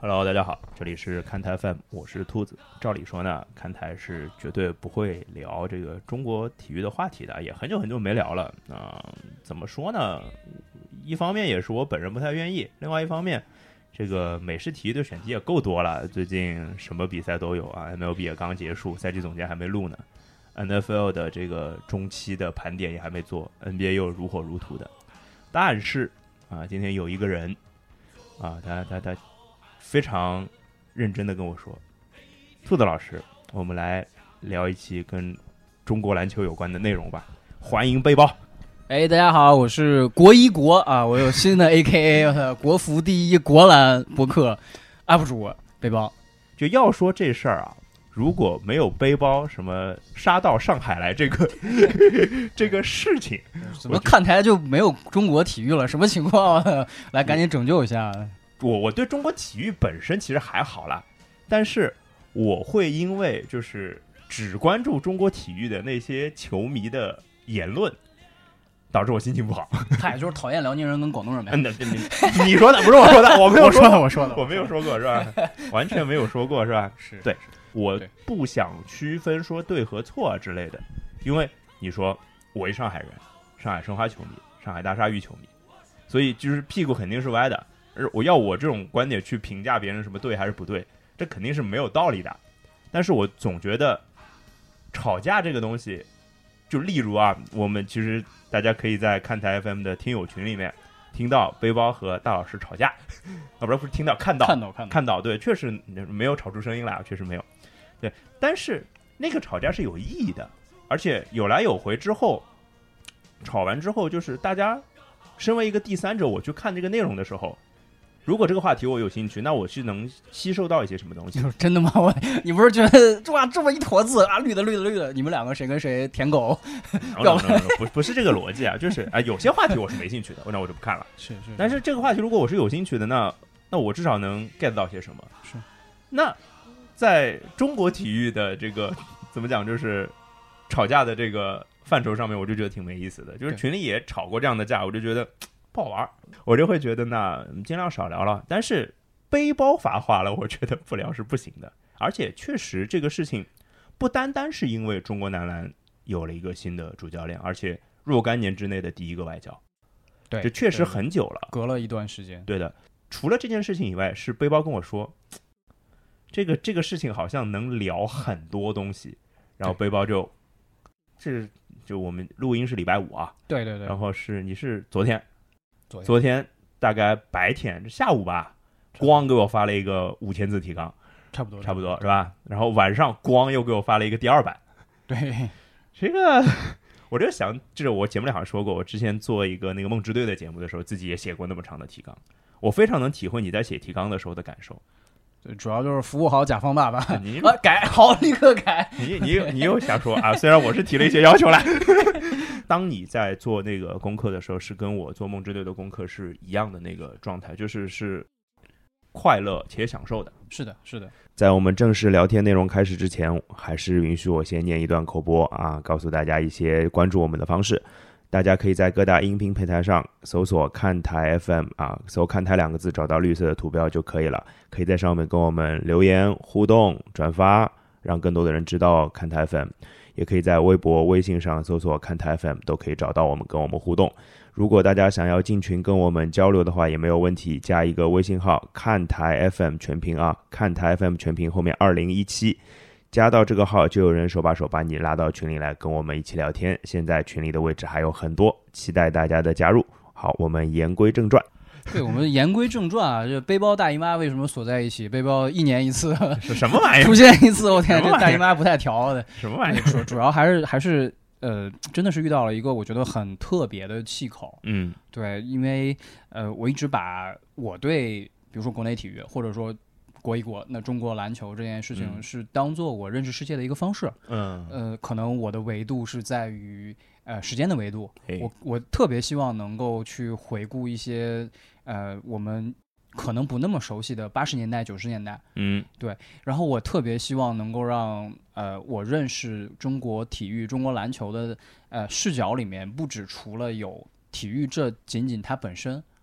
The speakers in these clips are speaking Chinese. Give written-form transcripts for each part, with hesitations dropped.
Hello， 大家好，这里是看台 FM， 我是兔子。照理说呢，看台是绝对不会聊这个中国体育的话题的，也很久没聊了。怎么说呢？一方面也是我本人不太愿意，另外一方面，这个美式体育的选题也够多了，最近什么比赛都有啊 ，MLB 也刚结束，赛季总结还没录呢 ，NFL 的这个中期的盘点也还没做 ，NBA 又如火如荼的。但是啊，今天有一个人啊，他非常认真的跟我说，兔子老师，我们来聊一期跟中国篮球有关的内容吧。欢迎背包。 大家好，我是国一国啊，我有新的 AKA 国服第一国篮博客 UP 主背包。 就要说这事儿啊，如果没有背包什么杀到上海来这个这个事情， 怎么看台就没有中国体育了？什么情况啊？来，赶紧拯救一下。 我对中国体育本身其实还好啦，但是我会因为就是只关注中国体育的那些球迷的言论，导致我心情不好。 嗨，就是讨厌辽宁人跟广东人呗。 你说的不是我说的，我没有说的， 我没有说过是吧？完全没有说过是吧？ 是对，我不想区分说对和错啊之类的，因为你说我一上海人，上海申花球迷，上海大鲨鱼球迷，所以就是屁股肯定是歪的。我这种观点去评价别人什么对还是不对，这肯定是没有道理的。但是我总觉得吵架这个东西，就例如啊，我们其实大家可以在看台 FM 的听友群里面听到背包和大老师吵架，不是听到看到，对，确实没有吵出声音来，确实没有。对，但是那个吵架是有意义的，而且有来有回之后，吵完之后就是大家身为一个第三者，我去看这个内容的时候。如果这个话题我有兴趣，那我是能吸收到一些什么东西。 真的吗？你不是觉得哇这么一坨字啊，绿的，你们两个谁跟谁舔狗？ 不是这个逻辑啊，就是有些话题我是没兴趣的，那我就不看了。 是， 但是这个话题如果我是有兴趣的，那我至少能 get 到些什么。 是， 那在中国体育的这个怎么讲，就是吵架的这个范畴上面，我就觉得挺没意思的。就是群里也吵过这样的架，我就觉得不好玩，我就会觉得那尽量少聊了。但是背包发话了，我觉得不聊是不行的。而且确实这个事情不单单是因为中国男篮有了一个新的主教练，而且若干年之内的第一个外教， 对， 这确实很久了， 隔了一段时间。 对的，除了这件事情以外，是背包跟我说，这个事情好像能聊很多东西，然后背包就我们录音是礼拜五啊， 对， 然后你是昨天大概白天下午吧，光给我发了一个5000字提纲，差不多是吧？然后晚上光又给我发了一个第二版。 对， 这个我就想，这我节目里好像说过，我之前做一个那个梦之队的节目的时候，自己也写过那么长的提纲，我非常能体会你在写提纲的时候的感受。 对，主要就是服务好甲方爸爸。 你改好，立刻改。 你又想说啊？虽然我是提了一些要求来。当你在做那个功课的时候，是跟我做梦之队的功课是一样的那个状态，是快乐且享受的。 是的。 在我们正式聊天内容开始之前，还是允许我先念一段口播啊，告诉大家一些关注我们的方式。大家可以在各大音频平台上搜索看台 FM 啊，搜看台2个字，找到绿色的图标就可以了。可以在上面跟我们留言互动转发，让更多的人知道看台 FM。也可以在微博微信上搜索看台 FM， 都可以找到我们跟我们互动。如果大家想要进群跟我们交流的话也没有问题，加一个微信号看台 FM 全屏啊，看台 FM 全屏后面2017，加到这个号就有人手把手把你拉到群里来跟我们一起聊天。现在群里的位置还有很多，期待大家的加入。好，我们言归正传。 对，我们言归正传啊，这背包大姨妈为什么锁在一起？背包1年1次是什么玩意儿？ 出现一次，我天，这大姨妈不太调的。 什么玩意儿？ 主要还是真的是遇到了一个我觉得很特别的气口。对，因为我一直把我对比如说国内体育或者说国一国那中国篮球这件事情是当做我认识世界的一个方式。可能我的维度是在于时间的维度，我特别希望能够去回顾一些我们可能不那么熟悉的80年代90年代，对，然后我特别希望能够让我认识中国体育中国篮球的视角里面不只除了有体育这仅仅它本身，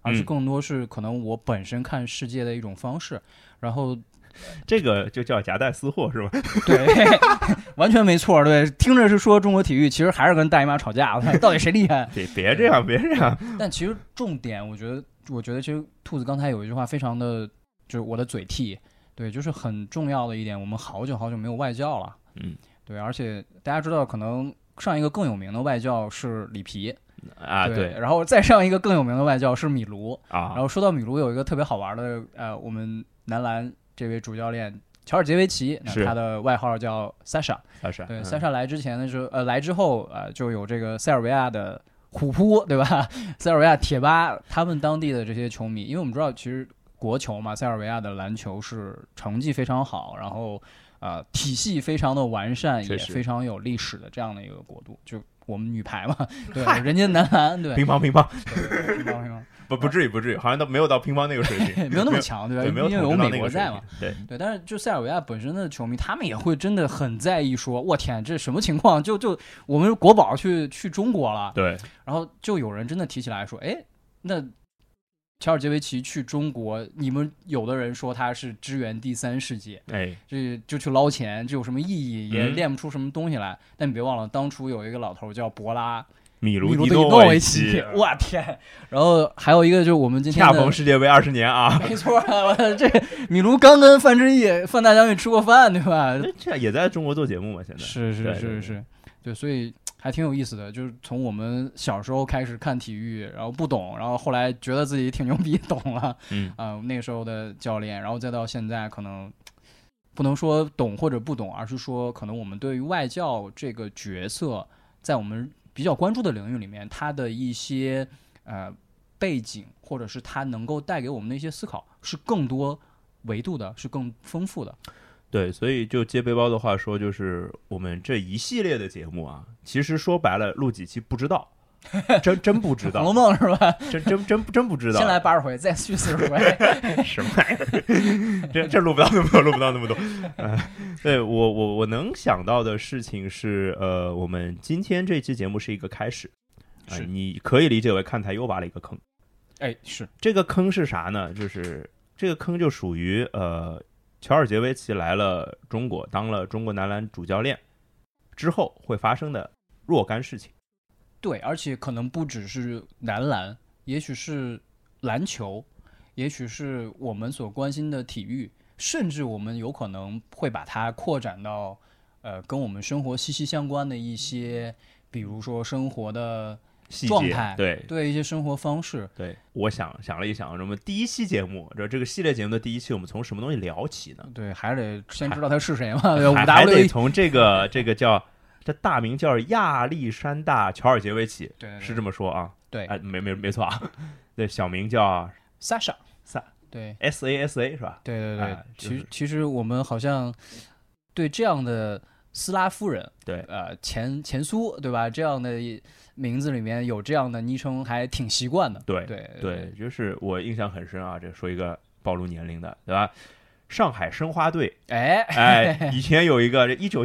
而是更多是可能我本身看世界的一种方式。然后这个就叫夹带私货是吧？ 对，完全没错。对，听着是说中国体育，其实还是跟大姨妈吵架，到底谁厉害？ 别这样，别这样。 但其实重点，我觉得其实兔子刚才有一句话非常的，就是我的嘴替。对，就是很重要的一点，我们好久没有外教了。对，而且大家知道，可能上一个更有名的外教是里皮啊，对， 然后再上一个更有名的外教是米卢啊。 然后说到米卢，有一个特别好玩的，我们男篮这位主教练乔尔杰维奇，他的外号叫 Sasha。对，Sasha 来之前的时候，来之后就有这个塞尔维亚的虎扑，对吧？塞尔维亚铁八，他们当地的这些球迷，因为我们知道，其实国球嘛，塞尔维亚的篮球是成绩非常好，然后体系非常的完善，也非常有历史的这样的一个国度。就我们女排嘛，对，人家男篮，对， 乒乓，不至于，好像都没有到乒乓那个水平， 没有那么强，对吧？ 没有因为有美国在嘛， 对。 但是就塞尔维亚本身的球迷，他们也会真的很在意说，我天，这什么情况？就我们国宝去中国了， 对。 然后就有人真的提起来说，哎，那乔尔杰维奇去中国，你们有的人说他是支援第三世界，就去捞钱，这有什么意义？也练不出什么东西来。但你别忘了，当初有一个老头叫博拉米卢迪诺维奇，我天！然后还有一个就是我们今天恰逢世界杯20年啊， 没错，这米卢刚跟范大将军吃过饭，对吧？ 这也在中国做节目嘛，现在是，对，所以。还挺有意思的，就是从我们小时候开始看体育，然后不懂，然后后来觉得自己挺牛逼，懂了，那个时候的教练，然后再到现在，可能不能说懂或者不懂，而是说可能我们对于外教这个角色，在我们比较关注的领域里面，他的一些背景，或者是他能够带给我们的一些思考，是更多维度的，是更丰富的。 对，所以就接背包的话说，就是我们这一系列的节目啊，其实说白了，录几期不知道，真不知道， 红楼梦是吧？ 真不知道。 先来80回，再续40 回，什么玩意儿？这录不到那么多，对我能想到的事情是，我们今天这期节目是一个开始，你可以理解为看台又挖了一个坑。 是这个坑是啥呢？就是这个坑就属于乔尔杰维奇来了中国，当了中国男篮主教练之后会发生的若干事情。 对，而且可能不只是男篮，也许是篮球，也许是我们所关心的体育，甚至我们有可能会把它扩展到跟我们生活息息相关的一些，比如说生活的状态，对一些生活方式。 对，我想了一想，什么第一期节目，这个系列节目的第一期，我们从什么东西聊起呢？ 对，还得先知道他是谁嘛。 还得从这个叫这大名叫亚历山大·乔尔杰维奇， 对， 是这么说啊？ 对， 没错啊。对，小名叫 Sasha， 对 ，SASA 是吧？ 对，其实我们好像对这样的斯拉夫人， 对， 前苏，对吧？这样的名字里面有这样的昵称，还挺习惯的。 对，就是我印象很深啊。这说一个暴露年龄的，对吧？上海申花队，以前有一个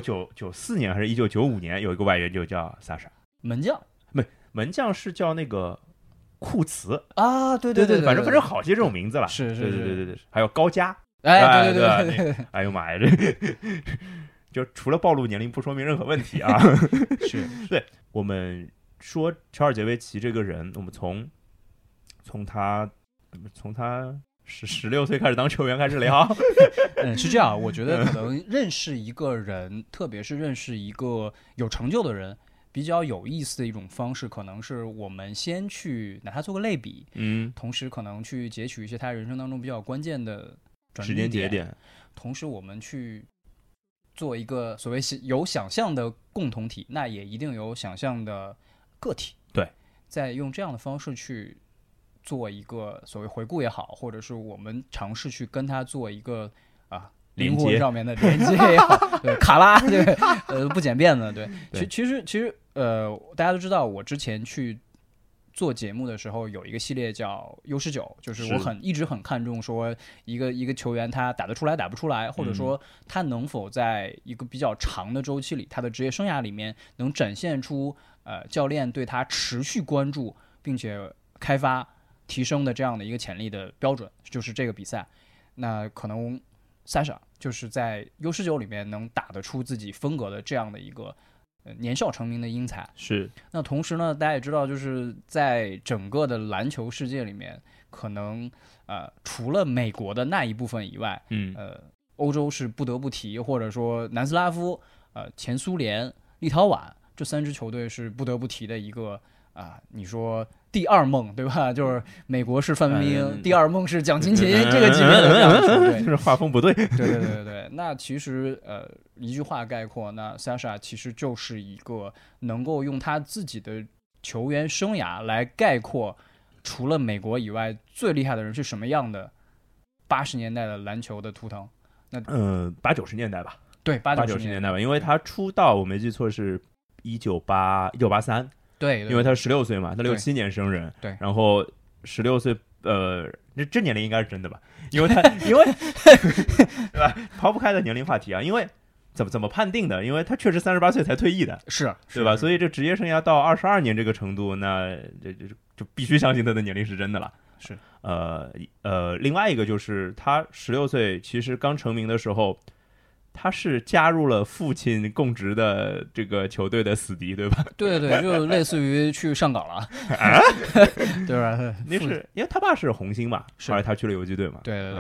1994年还是1995年有一个外援就叫 Sasha， 门将， 门将是叫那个库茨啊，对， 反正好些这种名字了。 是， 对，还有高佳， 对， 哎呦妈呀，这就除了暴露年龄不说明任何问题啊。 是对，我们说乔尔杰维奇这个人，我们从他16岁开始当球员开始聊。 是这样，我觉得可能认识一个人，特别是认识一个有成就的人，比较有意思的一种方式，可能是我们先去拿他做个类比，同时可能去截取一些他人生当中比较关键的时间节点， 同时我们去做一个所谓有想象的共同体，那也一定有想象的个体。 对， 再用这样的方式去做一个所谓回顾也好，或者是我们尝试去跟他做一个灵魂上面的连接也好，对，卡拉，对，不简便的，对。其实大家都知道，我之前去做节目的时候有一个系列叫 U19， 就是我一直很看重说一个球员他打得出来打不出来，或者说他能否在一个比较长的周期里，他的职业生涯里面能展现出教练对他持续关注并且开发提升的这样的一个潜力的标准，就是这个比赛。那可能 Sasha 就是在 U19里面能打得出自己风格的这样的一个年少成名的英才。 是。 那同时呢，大家也知道，就是在整个的篮球世界里面，可能除了美国的那一部分以外，欧洲是不得不提，或者说南斯拉夫、前苏联、立陶宛这3支球队是不得不提的一个你说第二梦对吧？就是美国是范冰冰，第二梦是蒋勤勤，这个级别的这样的球队， 就是画风不对。 对。那其实一句话概括，那 Sasha 其实就是一个能够用他自己的球员生涯来概括，除了美国以外最厉害的人是什么样的80年代的篮球的图腾。那 80-90年代吧。 对，80-90 年代吧，因为他出道我没记错是1983。 对， 因为他16岁嘛，他67年生人， 对， 然后16岁，这年龄应该是真的吧？因为对吧？抛不开的年龄话题啊，因为怎么判定的？因为他确实38岁才退役的， 是， 对吧？所以这职业生涯到22年这个程度，那就必须相信他的年龄是真的了。 是， 另外一个就是他16岁，其实刚成名的时候。他是加入了父亲供职的这个球队的死敌，对吧？ 对，就类似于去上岗了，对吧？ 那是因为他爸是红星嘛，后来他去了游击队嘛。 对，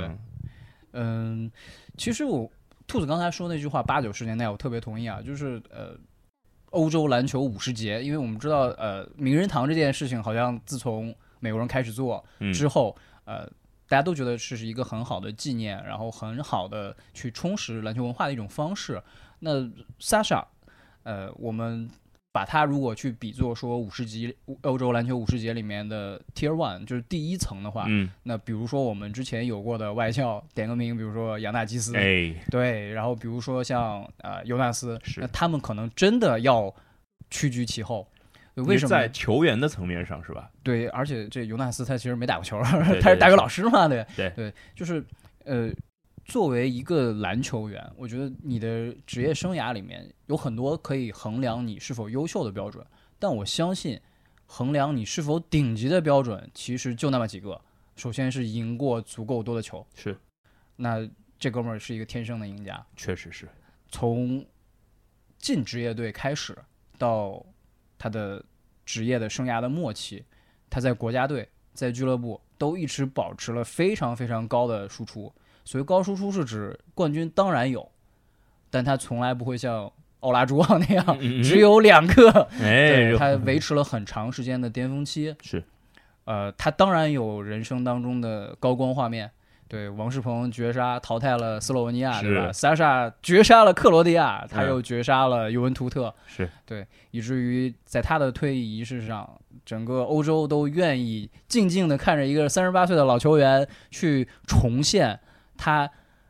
其实兔子刚才说那句话，80-90年代我特别同意啊，就是欧洲篮球50节，因为我们知道名人堂这件事情好像自从美国人开始做之后，大家都觉得是一个很好的纪念，然后很好的去充实篮球文化的一种方式。那 Sasha，我们把它如果去比作说50级欧洲篮球50节里面的 Tier 1，就是第一层的话，那比如说我们之前有过的外教，点个名，比如说杨纳基斯，对，然后比如说像尤纳斯，那他们可能真的要屈居其后。为什么在球员的层面上是吧？ 对，而且这尤纳斯他其实没打过球，他是大学老师嘛，对，就是作为一个篮球员，我觉得你的职业生涯里面有很多可以衡量你是否优秀的标准，但我相信衡量你是否顶级的标准其实就那么几个。首先是赢过足够多的球， 是， 那这哥们儿是一个天生的赢家， 确实是。 从进职业队开始到他的职业的生涯的末期，他在国家队在俱乐部都一直保持了非常非常高的输出。所谓高输出是指冠军当然有，但他从来不会像奥拉朱旺那样只有2个，对，他维持了很长时间的巅峰期。 是， 他当然有人生当中的高光画面，对，王仕鹏绝杀淘汰了斯洛文尼亚，对吧？Sasha 绝杀了克罗地亚，他又绝杀了尤文图特， 是， 对，以至于在他的退役仪式上，整个欧洲都愿意静静地看着一个38岁的老球员去重现他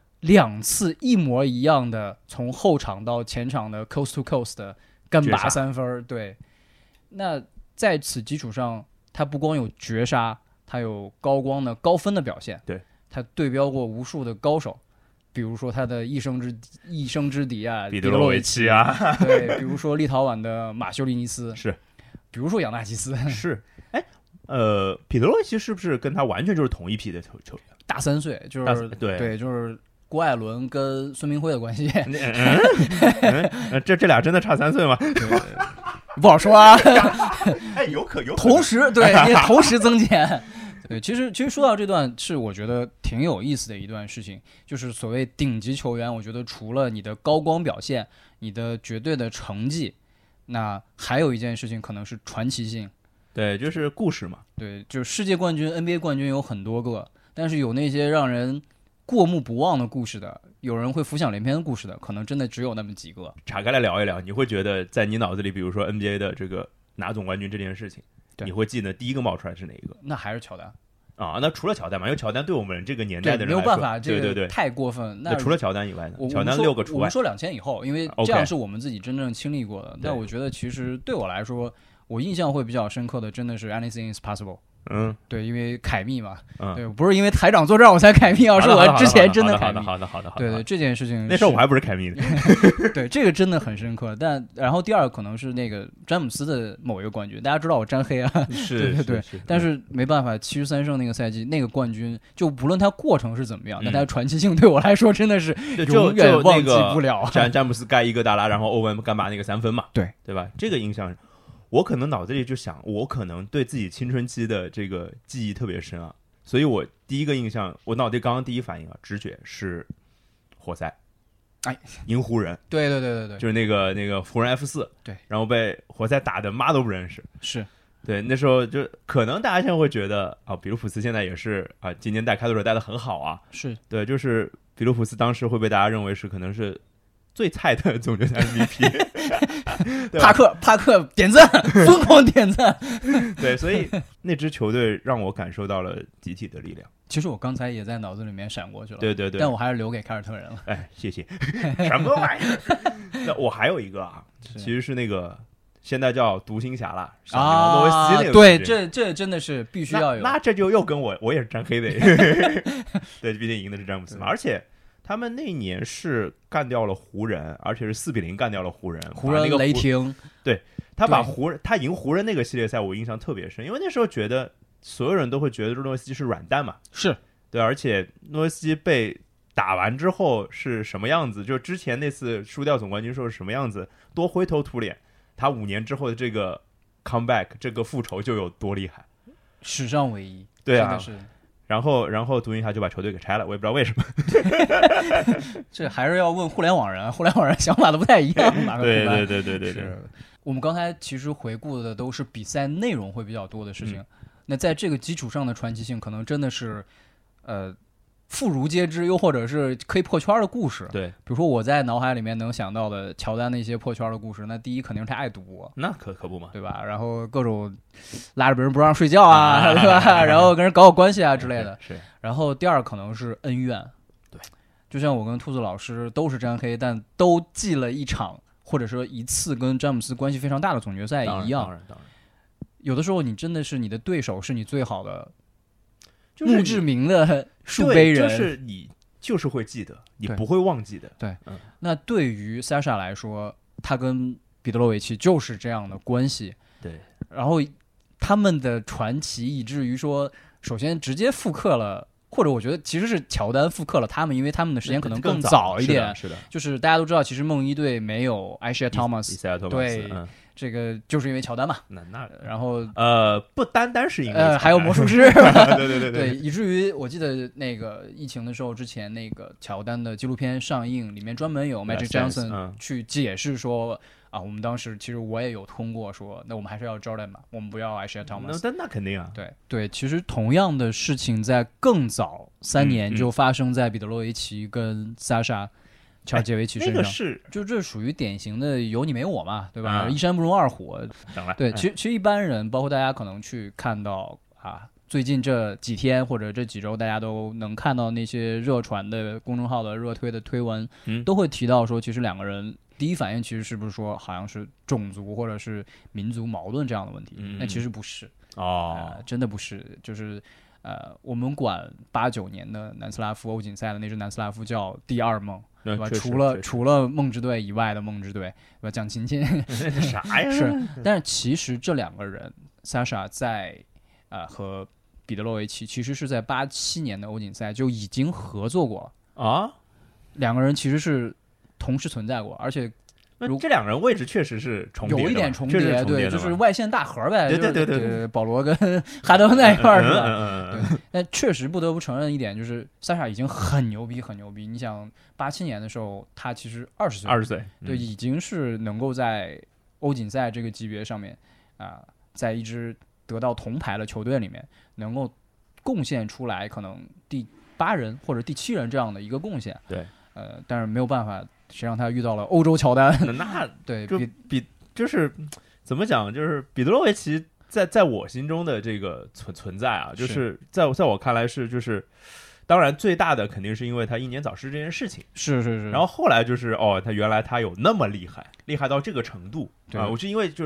2次一模一样的从后场到前场的 coast to coast 的干拔3分。对，那在此基础上，他不光有绝杀，他有高光的高分的表现。 对， 他对标过无数的高手，比如说他的一生之敌啊， 彼得罗维奇啊， 对，比如说立陶宛的马修利尼斯， 是， 比如说杨纳基斯， 是，彼得罗维奇是不是跟他完全就是同一批的球员？ 大3岁，就是对，就是郭艾伦跟孙明辉的关系。 这俩真的差3岁吗？ 不好说啊。 有可同时对你同时增减。对，其实说到这段是我觉得挺有意思的一段事情，就是所谓顶级球员，我觉得除了你的高光表现，你的绝对的成绩，那还有一件事情可能是传奇性。 对，就是故事嘛。 对，就是世界冠军 NBA 冠军有很多个，但是有那些让人过目不忘的故事的，有人会浮想联翩的故事的，可能真的只有那么几个。 岔开来聊一聊，你会觉得在你脑子里，比如说 NBA 的这个拿总冠军这件事情，你会记得第一个冒出来是哪一个？ 那还是乔丹啊。那除了乔丹嘛，因为乔丹对我们这个年代的人没有办法， 对， 太过分。 那除了乔丹以外呢？乔丹6个除外。 我们说2000以后，因为这样是我们自己真正经历过的。但我觉得其实对我来说，我印象会比较深刻的真的是 Anything is Possible。 对，因为凯密嘛，对，不是因为台长作战我才凯密啊，是我之前真的凯密。 好的， 对，这件事情那时候我还不是凯密呢。 对，这个真的很深刻。然后第二个可能是那个詹姆斯的某一个冠军，大家知道我沾黑啊，对，但是没办法，73胜那个赛季那个冠军，就不论他过程是怎么样，但他的传奇性对我来说真的是永远忘记不了。 詹姆斯盖伊戈达拉，然后欧文干拔那个3分嘛，对吧？这个印象。我可能脑子里就想，我可能对自己青春期的这个记忆特别深啊，所以我第一个印象，我脑袋刚刚第一反应啊，直觉是活塞，赢湖人， 对， 就是那个湖人 F4， 对， 然后被活塞打的妈都不认识， 是对，那时候就可能大家现在会觉得啊，比卢普斯现在也是啊，今年带开拓者带的很好啊， 是对，就是比卢普斯当时会被大家认为是可能是最菜的总决赛 MVP。 帕克点赞，疯狂点赞。 对，所以那支球队让我感受到了集体的力量。 其实我刚才也在脑子里面闪过去了， 对， 但我还是留给凯尔特人了。 哎，谢谢。什么玩意儿？那我还有一个啊，其实是那个现在叫独行侠了啊，诺维斯基那个。 对，这真的是必须要有。 那这就又跟我也是沾黑的。对，毕竟赢的是詹姆斯嘛，而且。他们那年是干掉了湖人，而且是4-0干掉了湖人。 湖人雷霆， 对，他赢湖人那个系列赛，我印象特别深，因为那时候觉得所有人都会觉得诺维斯基是软蛋嘛， 是对，而且诺维斯基被打完之后是什么样子，就之前那次输掉总冠军时候是什么样子，多灰头土脸，他5年之后的这个 comeback 这个复仇就有多厉害， 史上唯一， 对啊， 真的是。 然后独行侠就把球队给拆了，我也不知道为什么。 这还是要问互联网人，互联网人想法都不太一样。 对， 我们刚才其实回顾的都是比赛内容会比较多的事情，那在这个基础上的传奇性，可能真的是妇孺皆知，又或者是可以破圈的故事。 对， 比如说我在脑海里面能想到的乔丹的一些破圈的故事，那第一肯定是他爱赌， 那可不嘛， 对吧？然后各种拉着别人不让睡觉啊，对吧？然后跟人搞关系啊之类的。 是。 然后第二可能是恩怨， 对， 就像我跟兔子老师都是沾黑，但都记了一场或者说一次跟詹姆斯关系非常大的总决赛一样。 当然。 有的时候你真的是你的对手是你最好的。墓志铭的树碑人， 就是你就是会记得，你不会忘记的。 对，那对于 Sasha 来说，他跟彼得罗维奇就是这样的关系。 对， 然后他们的传奇，以至于说，首先直接复刻了，或者我觉得其实是乔丹复刻了他们，因为他们的时间可能更早一点。 是的， 就是大家都知道，其实梦一队没有 Isaiah Thomas， 对。这个就是因为乔丹嘛，然后不单单是因为还有魔术师， 对， 以至于我记得那个疫情的时候，之前那个乔丹的纪录片上映，里面专门有 Magic Johnson 去解释说啊，我们当时其实我也有通过说，那我们还是要 Jordan 嘛，我们不要 Isaiah Thomas。 那肯定啊， 对，其实同样的事情在更早3年就发生在彼得罗维奇跟 Sasha。乔尔杰维奇身上， 那个是就这属于典型的有你没我嘛，对吧？一山不容二虎。对，其实一般人，包括大家可能去看到啊，最近这几天或者这几周，大家都能看到那些热传的公众号的热推的推文，都会提到说，其实两个人第一反应其实是不是说好像是种族或者是民族矛盾这样的问题？那其实不是真的不是，就是我们管89年的南斯拉夫欧锦赛的那支南斯拉夫叫第二梦。对吧？除了梦之队以外的梦之队，对吧？讲秦晋啥呀？ 是，但是其实这两个人 ，Sasha 在和彼得罗维奇，其实是在87年的欧锦赛就已经合作过了啊。 两个人其实是同时存在过，而且这两个人位置确实是重叠的， 有一点重叠，对，就是外线大核呗。 对， 保罗跟哈登在一块儿是吧？但确实不得不承认一点，就是萨莎已经很牛逼，很牛逼。你想87年的时候，他其实20岁，对，已经是能够在欧锦赛这个级别上面在一支得到铜牌的球队里面，能够贡献出来可能第8人或者第7人这样的一个贡献。 对， 但是没有办法。谁让他遇到了欧洲乔丹？ 那对， 就是怎么讲？就是彼得罗维奇在我心中的这个存在啊，就是在我看来是就是，当然最大的肯定是因为他英年早逝这件事情， 是。 然后后来就是他原来他有那么厉害到这个程度啊！我是因为就是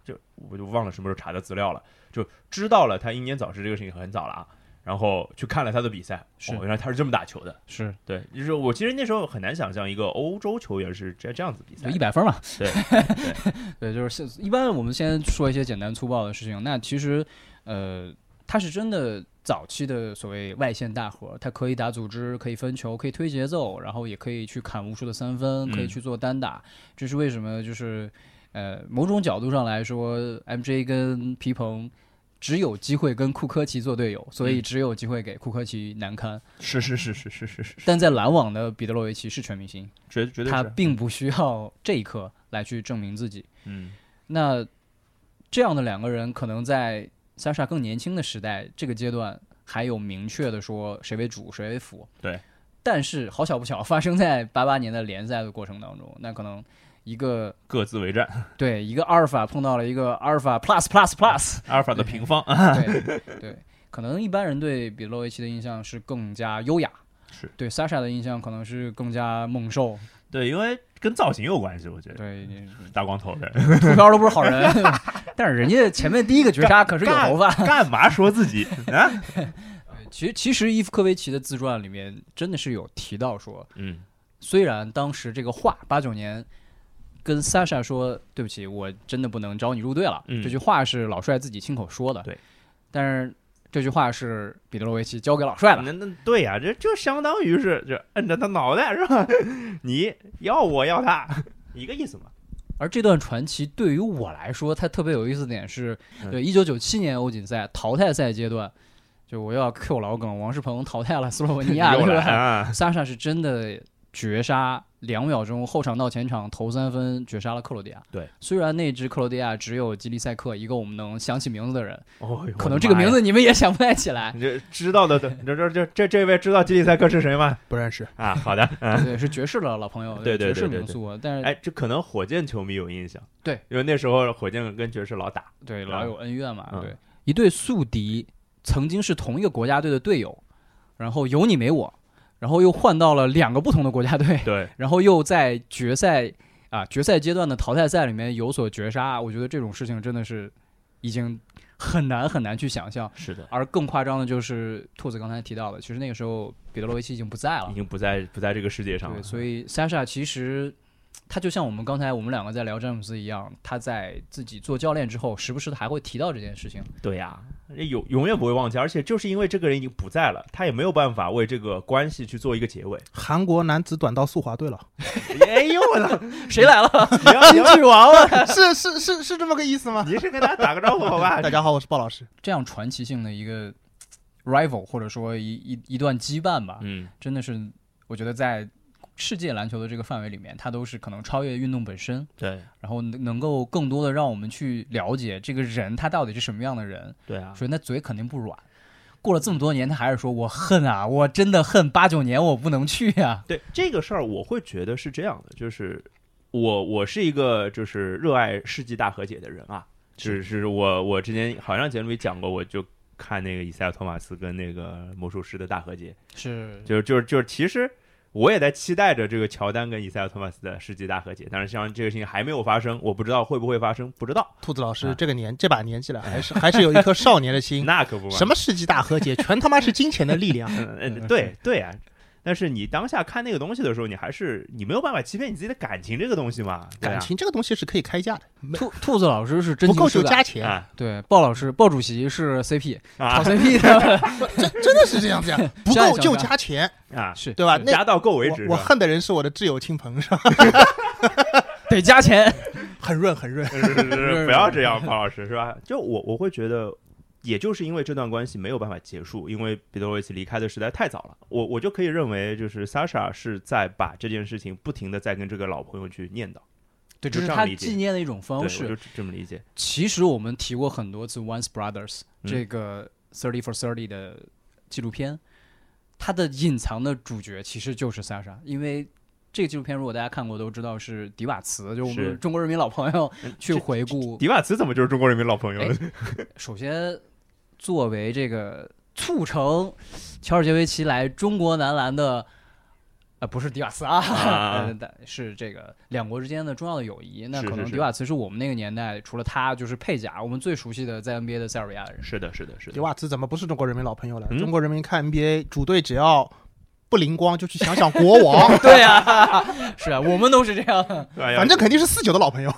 就我就忘了什么时候查的资料了，就知道了他英年早逝这个事情很早了啊。然后去看了他的比赛，原来他是这么打球的， 是对，就是我其实那时候很难想象一个欧洲球员是这样子比赛 ，100分嘛， 对对，就是一般我们先说一些简单粗暴的事情，那其实他是真的早期的所谓外线大核，他可以打组织，可以分球，可以推节奏，然后也可以去砍无数的3分，可以去做单打，这是为什么？就是某种角度上来说 ，MJ 跟皮蓬只有机会跟库科奇做队友，所以只有机会给库科奇难堪。 是。 但在篮网的彼得罗维奇是全明星， 绝对是， 他并不需要这一刻来去证明自己。那这样的2个人，可能在萨沙更年轻的时代，这个阶段还有明确的说谁为主谁为辅。 对。 但是好巧不巧，发生在88年的联赛的过程当中，那可能一个各自为战， 对，一个阿尔法碰到了一个阿尔法 plus， 阿尔法的平方， 对，可能一般人对彼得罗维奇的印象是更加优雅， 是对萨沙的印象可能是更加猛兽， 对，因为跟造型有关系，我觉得， 对， 大光头的， 秃瓢都不是好人，但是人家前面第一个绝杀可是有头发， 干嘛说自己啊？ 其实伊夫科维奇的自传里面真的是有提到说，虽然当时这个话89年。跟萨沙说对不起，我真的不能招你入队了。这句话是老帅自己亲口说的。 对， 但是这句话是彼得罗维奇交给老帅了。 那对呀，这就相当于是就摁着他脑袋是吧？你要我要他，一个意思嘛。 而这段传奇对于我来说，它特别有意思的点是，对1997年欧锦赛淘汰赛阶段，就我要 Q 老梗，王仕鹏淘汰了斯洛文尼亚，对吧？萨沙是真的绝杀。2秒钟后场到前场投3分绝杀了克罗地亚。 对，虽然那支克罗地亚只有基利塞克一个我们能想起名字的人， 可能这个名字你们也想不太起来。 你知道的，这位知道基利塞克是谁吗？ 不认识啊。好的， 对，是爵士的老朋友， 对， 爵士名宿。但是这可能火箭球迷有印象， 对， 因为那时候火箭跟爵士老打， 对，老有恩怨嘛。对，一对宿敌，曾经是同一个国家队的队友，然后有你没我。然后又换到了2个不同的国家队， 对， 然后又在决赛阶段的淘汰赛里面有所绝杀，我觉得这种事情真的是已经很难去想象。 是的， 而更夸张的就是兔子刚才提到的，其实那个时候彼得罗维奇已经不在了， 已经不在这个世界上了。 对，所以萨沙其实他就像我们刚才我们2个在聊詹姆斯一样，他在自己做教练之后，时不时的还会提到这件事情。 对呀，永远不会忘记，而且就是因为这个人已经不在了，他也没有办法为这个关系去做一个结尾。 韩国男子短道速滑队了， 哎呦我操， 谁来了？ 京剧王了， 是这么个意思吗？ 你是跟大家打个招呼好吧？ 大家好，我是鲍老师。 这样传奇性的一个 rival 或者说一段羁绊吧，真的是我觉得在世界篮球的这个范围里面，它都是可能超越运动本身， 对， 然后能够更多的让我们去了解这个人他到底是什么样的人。 对啊， 所以那嘴肯定不软。过了这么多年，他还是说我恨啊，我真的恨89年我不能去啊。 对这个事儿，我会觉得是这样的，就是我是一个就是热爱世纪大和解的人啊，就是我之前好像节目里讲过，我就看那个以赛亚·托马斯跟那个魔术师的大和解， 是就是其实。我也在期待着这个乔丹跟以赛亚·托马斯的世纪大和解，但是像这个事情还没有发生，我不知道会不会发生，不知道。 兔子老师这把年纪了，还是有一颗少年的心。 那可不嘛， 什么世纪大和解，全他妈是金钱的力量。 对啊。但是你当下看那个东西的时候，你没有办法欺骗你自己的感情这个东西嘛？ 感情这个东西是可以开价的。 兔子老师是真情实感， 不够就加钱。 对，鲍主席是 CP，炒 CP 的， 真的是这样子呀。不够就加钱啊， 是对吧？ 加到够为止。 我恨的人是我的挚友亲朋，是吧？ 得加钱， 很润。 不要这样，鲍老师是吧？就我会觉得。也就是因为这段关系没有办法结束，因为彼得罗维奇离开的实在太早了，我就可以认为，就是萨沙是在把这件事情不停的在跟这个老朋友去念叨， 对，这是他纪念的一种方式， 我就这么理解。 其实我们提过很多次 Once Brothers 这个30 for 30的纪录片，它的隐藏的主角其实就是萨沙，因为这个纪录片如果大家看过都知道是迪瓦茨，就我们中国人民老朋友去回顾。 迪瓦茨怎么就是中国人民老朋友了？ 首先作为这个促成乔尔杰维奇来中国男篮的不是迪瓦茨啊，是这个两国之间的重要的友谊。那可能迪瓦茨是我们那个年代除了他就是佩贾，我们最熟悉的在 NBA 的塞尔维亚的人。 是的。 迪瓦茨怎么不是中国人民老朋友了？中国人民看 NBA 主队只要不灵光就去想想国王。 对啊，是啊，我们都是这样。 反正肯定是49的老朋友。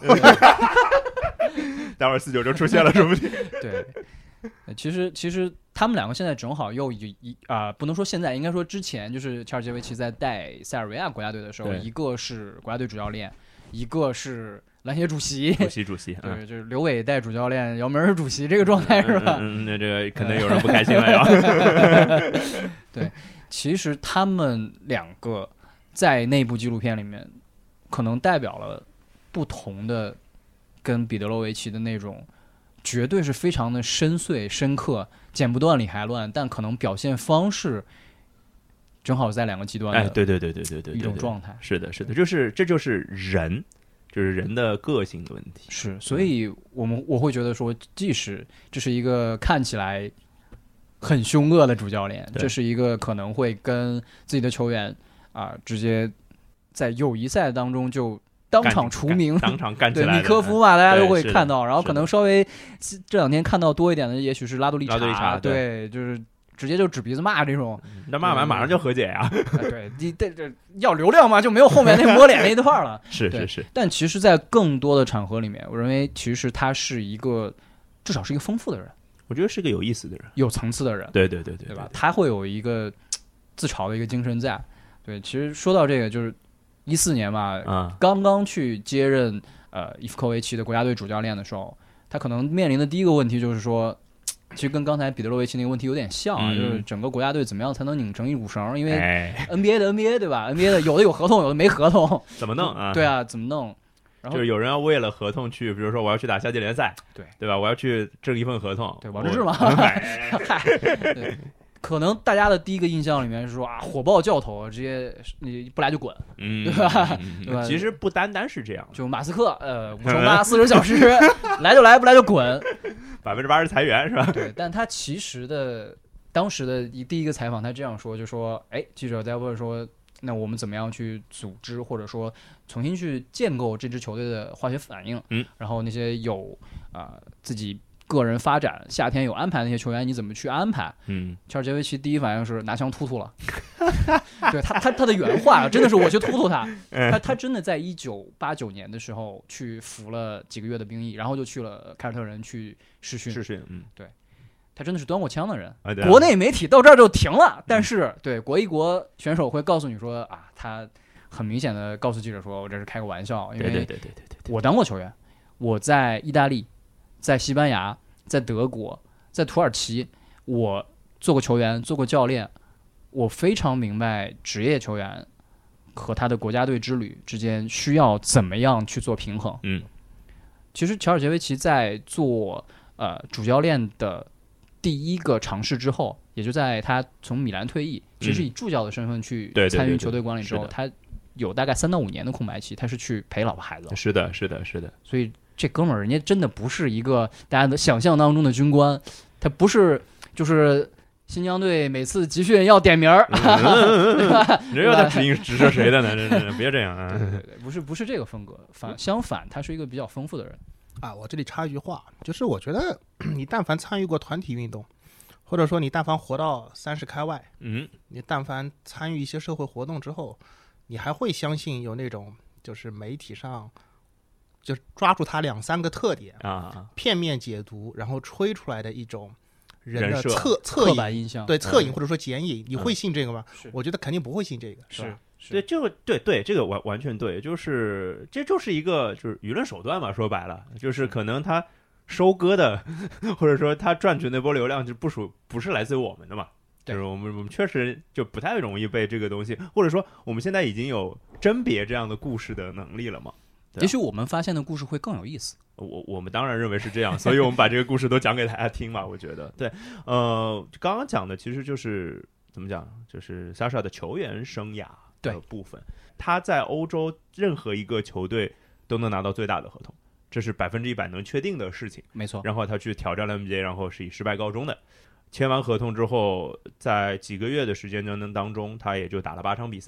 待会儿49就出现了，说不定。 对。其实他们两个现在正好又不能说现在，应该说之前，就是乔尔杰维奇在带塞尔维亚国家队的时候，一个是国家队主教练，一个是篮协主席。对，就是刘伟带主教练，姚明是主席这个状态是吧？ 那这个可能有人不开心了呀。 对，其实他们两个在那部纪录片里面，可能代表了不同的，跟彼得罗维奇的那种。绝对是非常的深邃深刻，剪不断理还乱，但可能表现方式正好在两个极端的， 对， 一种状态。 是的，这就是人的个性的问题。 是，所以我会觉得说，即使这是一个看起来很凶恶的主教练，这是一个可能会跟自己的球员直接在友谊赛当中就。当场除名， 当场干起来。 对，米科夫嘛，大家都会看到。然后可能稍微这两天看到多一点的，也许是拉多利查。对，就是直接就指鼻子骂这种。 那骂完马上就和解呀。 对，这要流量嘛，就没有后面那摸脸那一段了。 是。 但其实，在更多的场合里面，我认为其实他是一个，至少是一个丰富的人。 我觉得是个有意思的人， 有层次的人。 对吧？他会有一个自嘲的一个精神在。对，其实说到这个，就是。14年嘛，刚刚去接任伊夫科维奇的国家队主教练的时候，他可能面临的第一个问题就是说，其实跟刚才彼得罗维奇那个问题有点像就是整个国家队怎么样才能拧成一股绳？因为 NBA 的 NBA 对吧 ？NBA 的有的有合同，有的没合同， 怎么弄啊？ 对啊，怎么弄？然后就是有人要为了合同去，比如说我要去打夏季联赛，对吧？我要去挣一份合同， 对，王治郅嘛，对。可能大家的第一个印象里面是说火爆教头，直接你不来就滚，对吧？对吧？ 其实不单单是这样， 就马斯克5乘8 40小时来就来，不来就滚 ，80%裁员是吧？ 对，但他其实的当时的第一个采访，他这样说，就说，记者在问说，那我们怎么样去组织或者说重新去建构这支球队的化学反应？然后那些有自己。个人发展，夏天有安排那些球员，你怎么去安排？乔尔杰维奇第一反应是拿枪突了。对他的原话真的是我去突他。他真的在1989年的时候去服了几个月的兵役，然后就去了凯尔特人去试训。对，他真的是端过枪的人。国内媒体到这儿就停了，但是对国一国选手会告诉你说他很明显的告诉记者说，我这是开个玩笑，因为我当过球员，我在意大利。在西班牙，在德国，在土耳其，我做过球员，做过教练，我非常明白职业球员和他的国家队之旅之间需要怎么样去做平衡。其实乔尔杰维奇在做主教练的第一个尝试之后，也就在他从米兰退役，其实以助教的身份去参与球队管理之后，他有大概3到5年的空白期，他是去陪老婆孩子。 是的。 所以。这哥们儿，人家真的不是一个大家的想象当中的军官，他不是就是新疆队每次集训要点名儿，对吧？ 人要在指责谁的呢？别这样啊！ 对，不是这个风格，相反，他是一个比较丰富的人我这里插一句话，就是我觉得你但凡参与过团体运动，或者说你但凡活到30开外，你但凡参与一些社会活动之后，你还会相信有那种就是媒体上。就抓住他2、3个特点片面解读，然后吹出来的一种人的侧板印象， 对侧影或者说剪影，你会信这个吗？我觉得肯定不会信这个，是吧？ 对，这个对这个完全对，就是这就是一个就是舆论手段嘛，说白了就是可能他收割的或者说他赚取那波流量就不是来自于我们的嘛，就是我们确实就不太容易被这个东西，或者说我们现在已经有甄别这样的故事的能力了嘛。 也许我们发现的故事会更有意思。 我们当然认为是这样，所以我们把这个故事都讲给大家听嘛。我觉得对，刚刚讲的其实就是怎么讲，就是莎莎的球员生涯的部分，他在欧洲任何一个球队都能拿到最大的合同，这是100%能确定的事情。 没错。 然后他去挑战了 NBA， 然后是以失败告终的。签完合同之后，在几个月的时间当中，他也就打了8场比赛。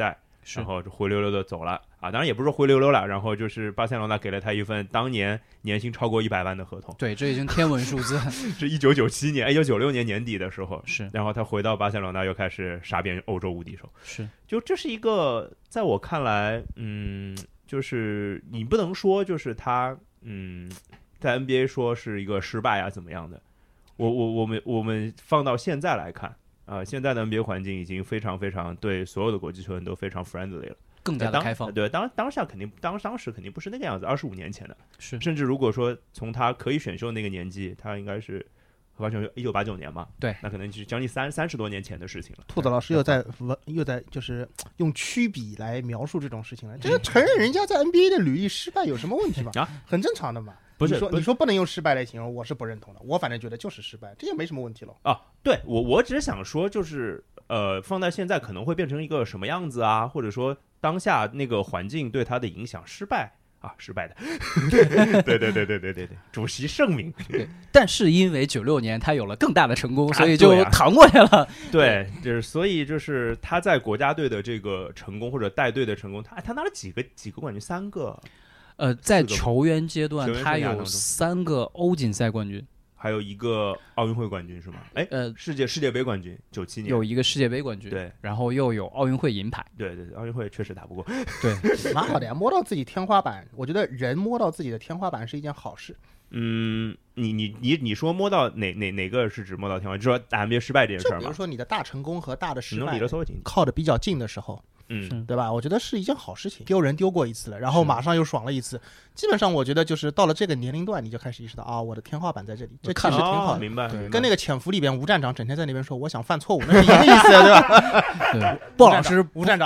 然后灰溜溜的走了啊，当然也不是灰溜溜了，然后就是巴塞罗那给了他一份当年年薪超过100万的合同， 对，这已经天文数字， 是1996年年底的时候， 是， 然后他回到巴塞罗那又开始杀遍欧洲无敌手， 是， 就这是一个在我看来，就是你不能说就是他，在 NBA 说是一个失败啊怎么样的，我们放到现在来看。现在的 NBA 环境已经非常非常对所有的国际球员都非常 friendly 了， 更加的开放。 对，当时肯定不是那个样子，25年前的， 是， 甚至如果说从他可以选秀那个年纪，他应该是合法选秀1989年嘛， 对， 那可能就是将近30多年前的事情了。 兔子老师又在就是用曲笔来描述这种事情了，这个承认人家在 NBA 的履历失败有什么问题吗？很正常的嘛。 不是你说不能用失败来形容，我是不认同的。我反正觉得就是失败，这也没什么问题了啊。对，我只是想说，就是放在现在可能会变成一个什么样子啊，或者说当下那个环境对他的影响，失败的。对，主席圣明。 对，但是因为96年他有了更大的成功，所以就扛过去了。 对，就是所以就是他在国家队的这个成功或者带队的成功，他拿了几个冠军？3个。 在球员阶段，他有3个欧锦赛冠军， 还有1个奥运会冠军是吗？世界杯冠军，97年有1个世界杯冠军， 对， 然后又有奥运会银牌， 对，奥运会确实打不过， 对， 蛮好的呀，摸到自己天花板，我觉得人摸到自己的天花板是一件好事。 你说摸到哪个是指摸到天花板？就说打 NBA 失败这件事儿吗？ 比如说你的大成功和大的失败， 能离得稍微近， 靠的比较近的时候。对吧？我觉得是一件好事情。丢人丢过一次了，然后马上又爽了一次。基本上我觉得就是到了这个年龄段，你就开始意识到我的天花板在这里，这其实挺好的。 明白。 跟那个潜伏里边吴站长整天在那边说我想犯错误，那是一个意思，对吧？ 对，鲍老师， 吴站长，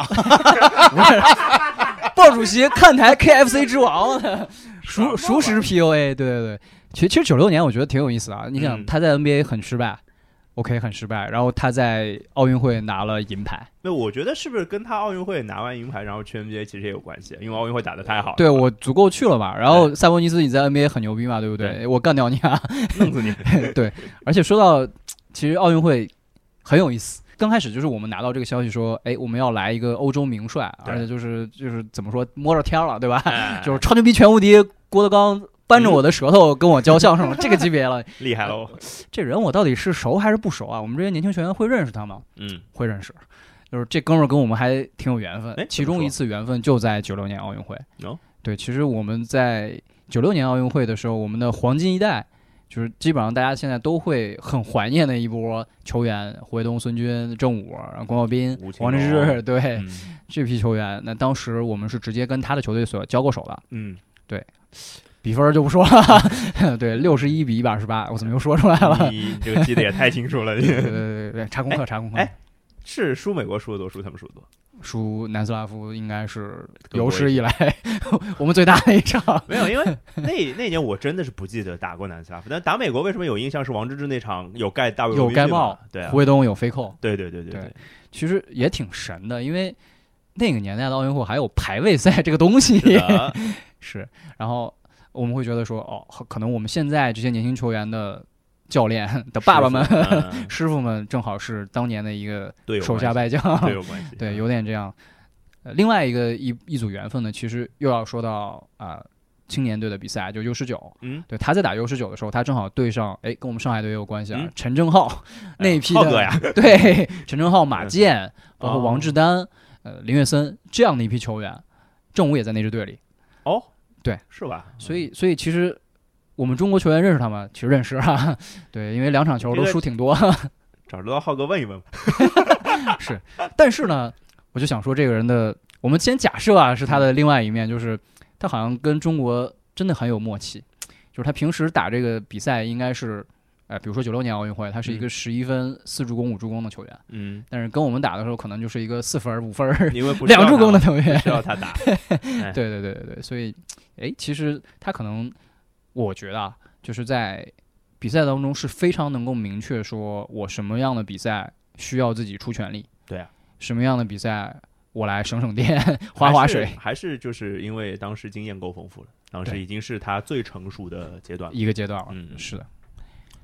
鲍主席看台 KFC 之王，熟识 PUA。对，其实96年我觉得挺有意思的啊。你想他在 NBA 很失败。OK， 很失败，然后他在奥运会拿了银牌。 那我觉得是不是跟他奥运会拿完银牌，然后去 NBA 其实也有关系？因为奥运会打得太好了。 对，我足够去了嘛。然后塞博尼斯你在 NBA 很牛逼嘛，对不对？我干掉你啊， 弄死你！ 对，而且说到其实奥运会很有意思。刚开始就是我们拿到这个消息说，我们要来一个欧洲名帅，而且就是怎么说摸着天了，对吧？就是超牛逼全无敌郭德纲。扳着我的舌头跟我教相声，这个级别了， 厉害喽！ 这人我到底是熟还是不熟啊？我们这些年轻球员会认识他吗？会认识。就是这哥们儿跟我们还挺有缘分，其中一次缘分就在96年奥运会。对，其实我们在96年奥运会的时候，我们的黄金一代，就是基本上大家现在都会很怀念的一波球员，胡卫东、孙军、郑武、龚晓彬、王治郅，对，这批球员，那当时我们是直接跟他的球队所交过手的。对。比分就不说了，对，61比128，我怎么又说出来了？ 你这个记得也太清楚了。 对，查功课。 是输美国输的多，输他们输的多？ 输南斯拉夫应该是有史以来我们最大的一场。 没有，因为那年我真的是不记得打过南斯拉夫，但打美国为什么有印象？是王治郅那场有盖大卫有盖帽， 对， 胡卫东有飞扣， 对， 其实也挺神的，因为那个年代的奥运会还有排位赛这个东西，是，然后。我们会觉得说，可能我们现在这些年轻球员的教练的爸爸们、师傅们，正好是当年的一个手下败将，对，有点这样。另外一组缘分呢，其实又要说到青年队的比赛，就 U19，对，他在打 U19 的时候，他正好对上，跟我们上海队也有关系啊，陈正浩那一批的， 浩哥呀， 对，陈正浩、马健，包括王志丹、林月森这样的一批球员，郑武也在那支队里。对， 是吧？ 所以其实我们中国球员认识他吗？其实认识啊。对，因为2场球都输挺多。 找得到浩哥问一问。 是，但是呢，我就想说这个人的，我们先假设是他的另外一面，就是他好像跟中国真的很有默契，就是他平时打这个比赛应该是。比如说96年奥运会，他是一个11分4助攻5助攻的球员，但是跟我们打的时候，可能就是一个4分5分2助攻的球员， 需要他打。 对，所以，其实他可能，我觉得就是在比赛当中是非常能够明确说，我什么样的比赛需要自己出全力， 对啊， 什么样的比赛我来省电划水， 还是就是因为当时经验够丰富了，当时已经是他最成熟的阶段了， 一个阶段了，是的。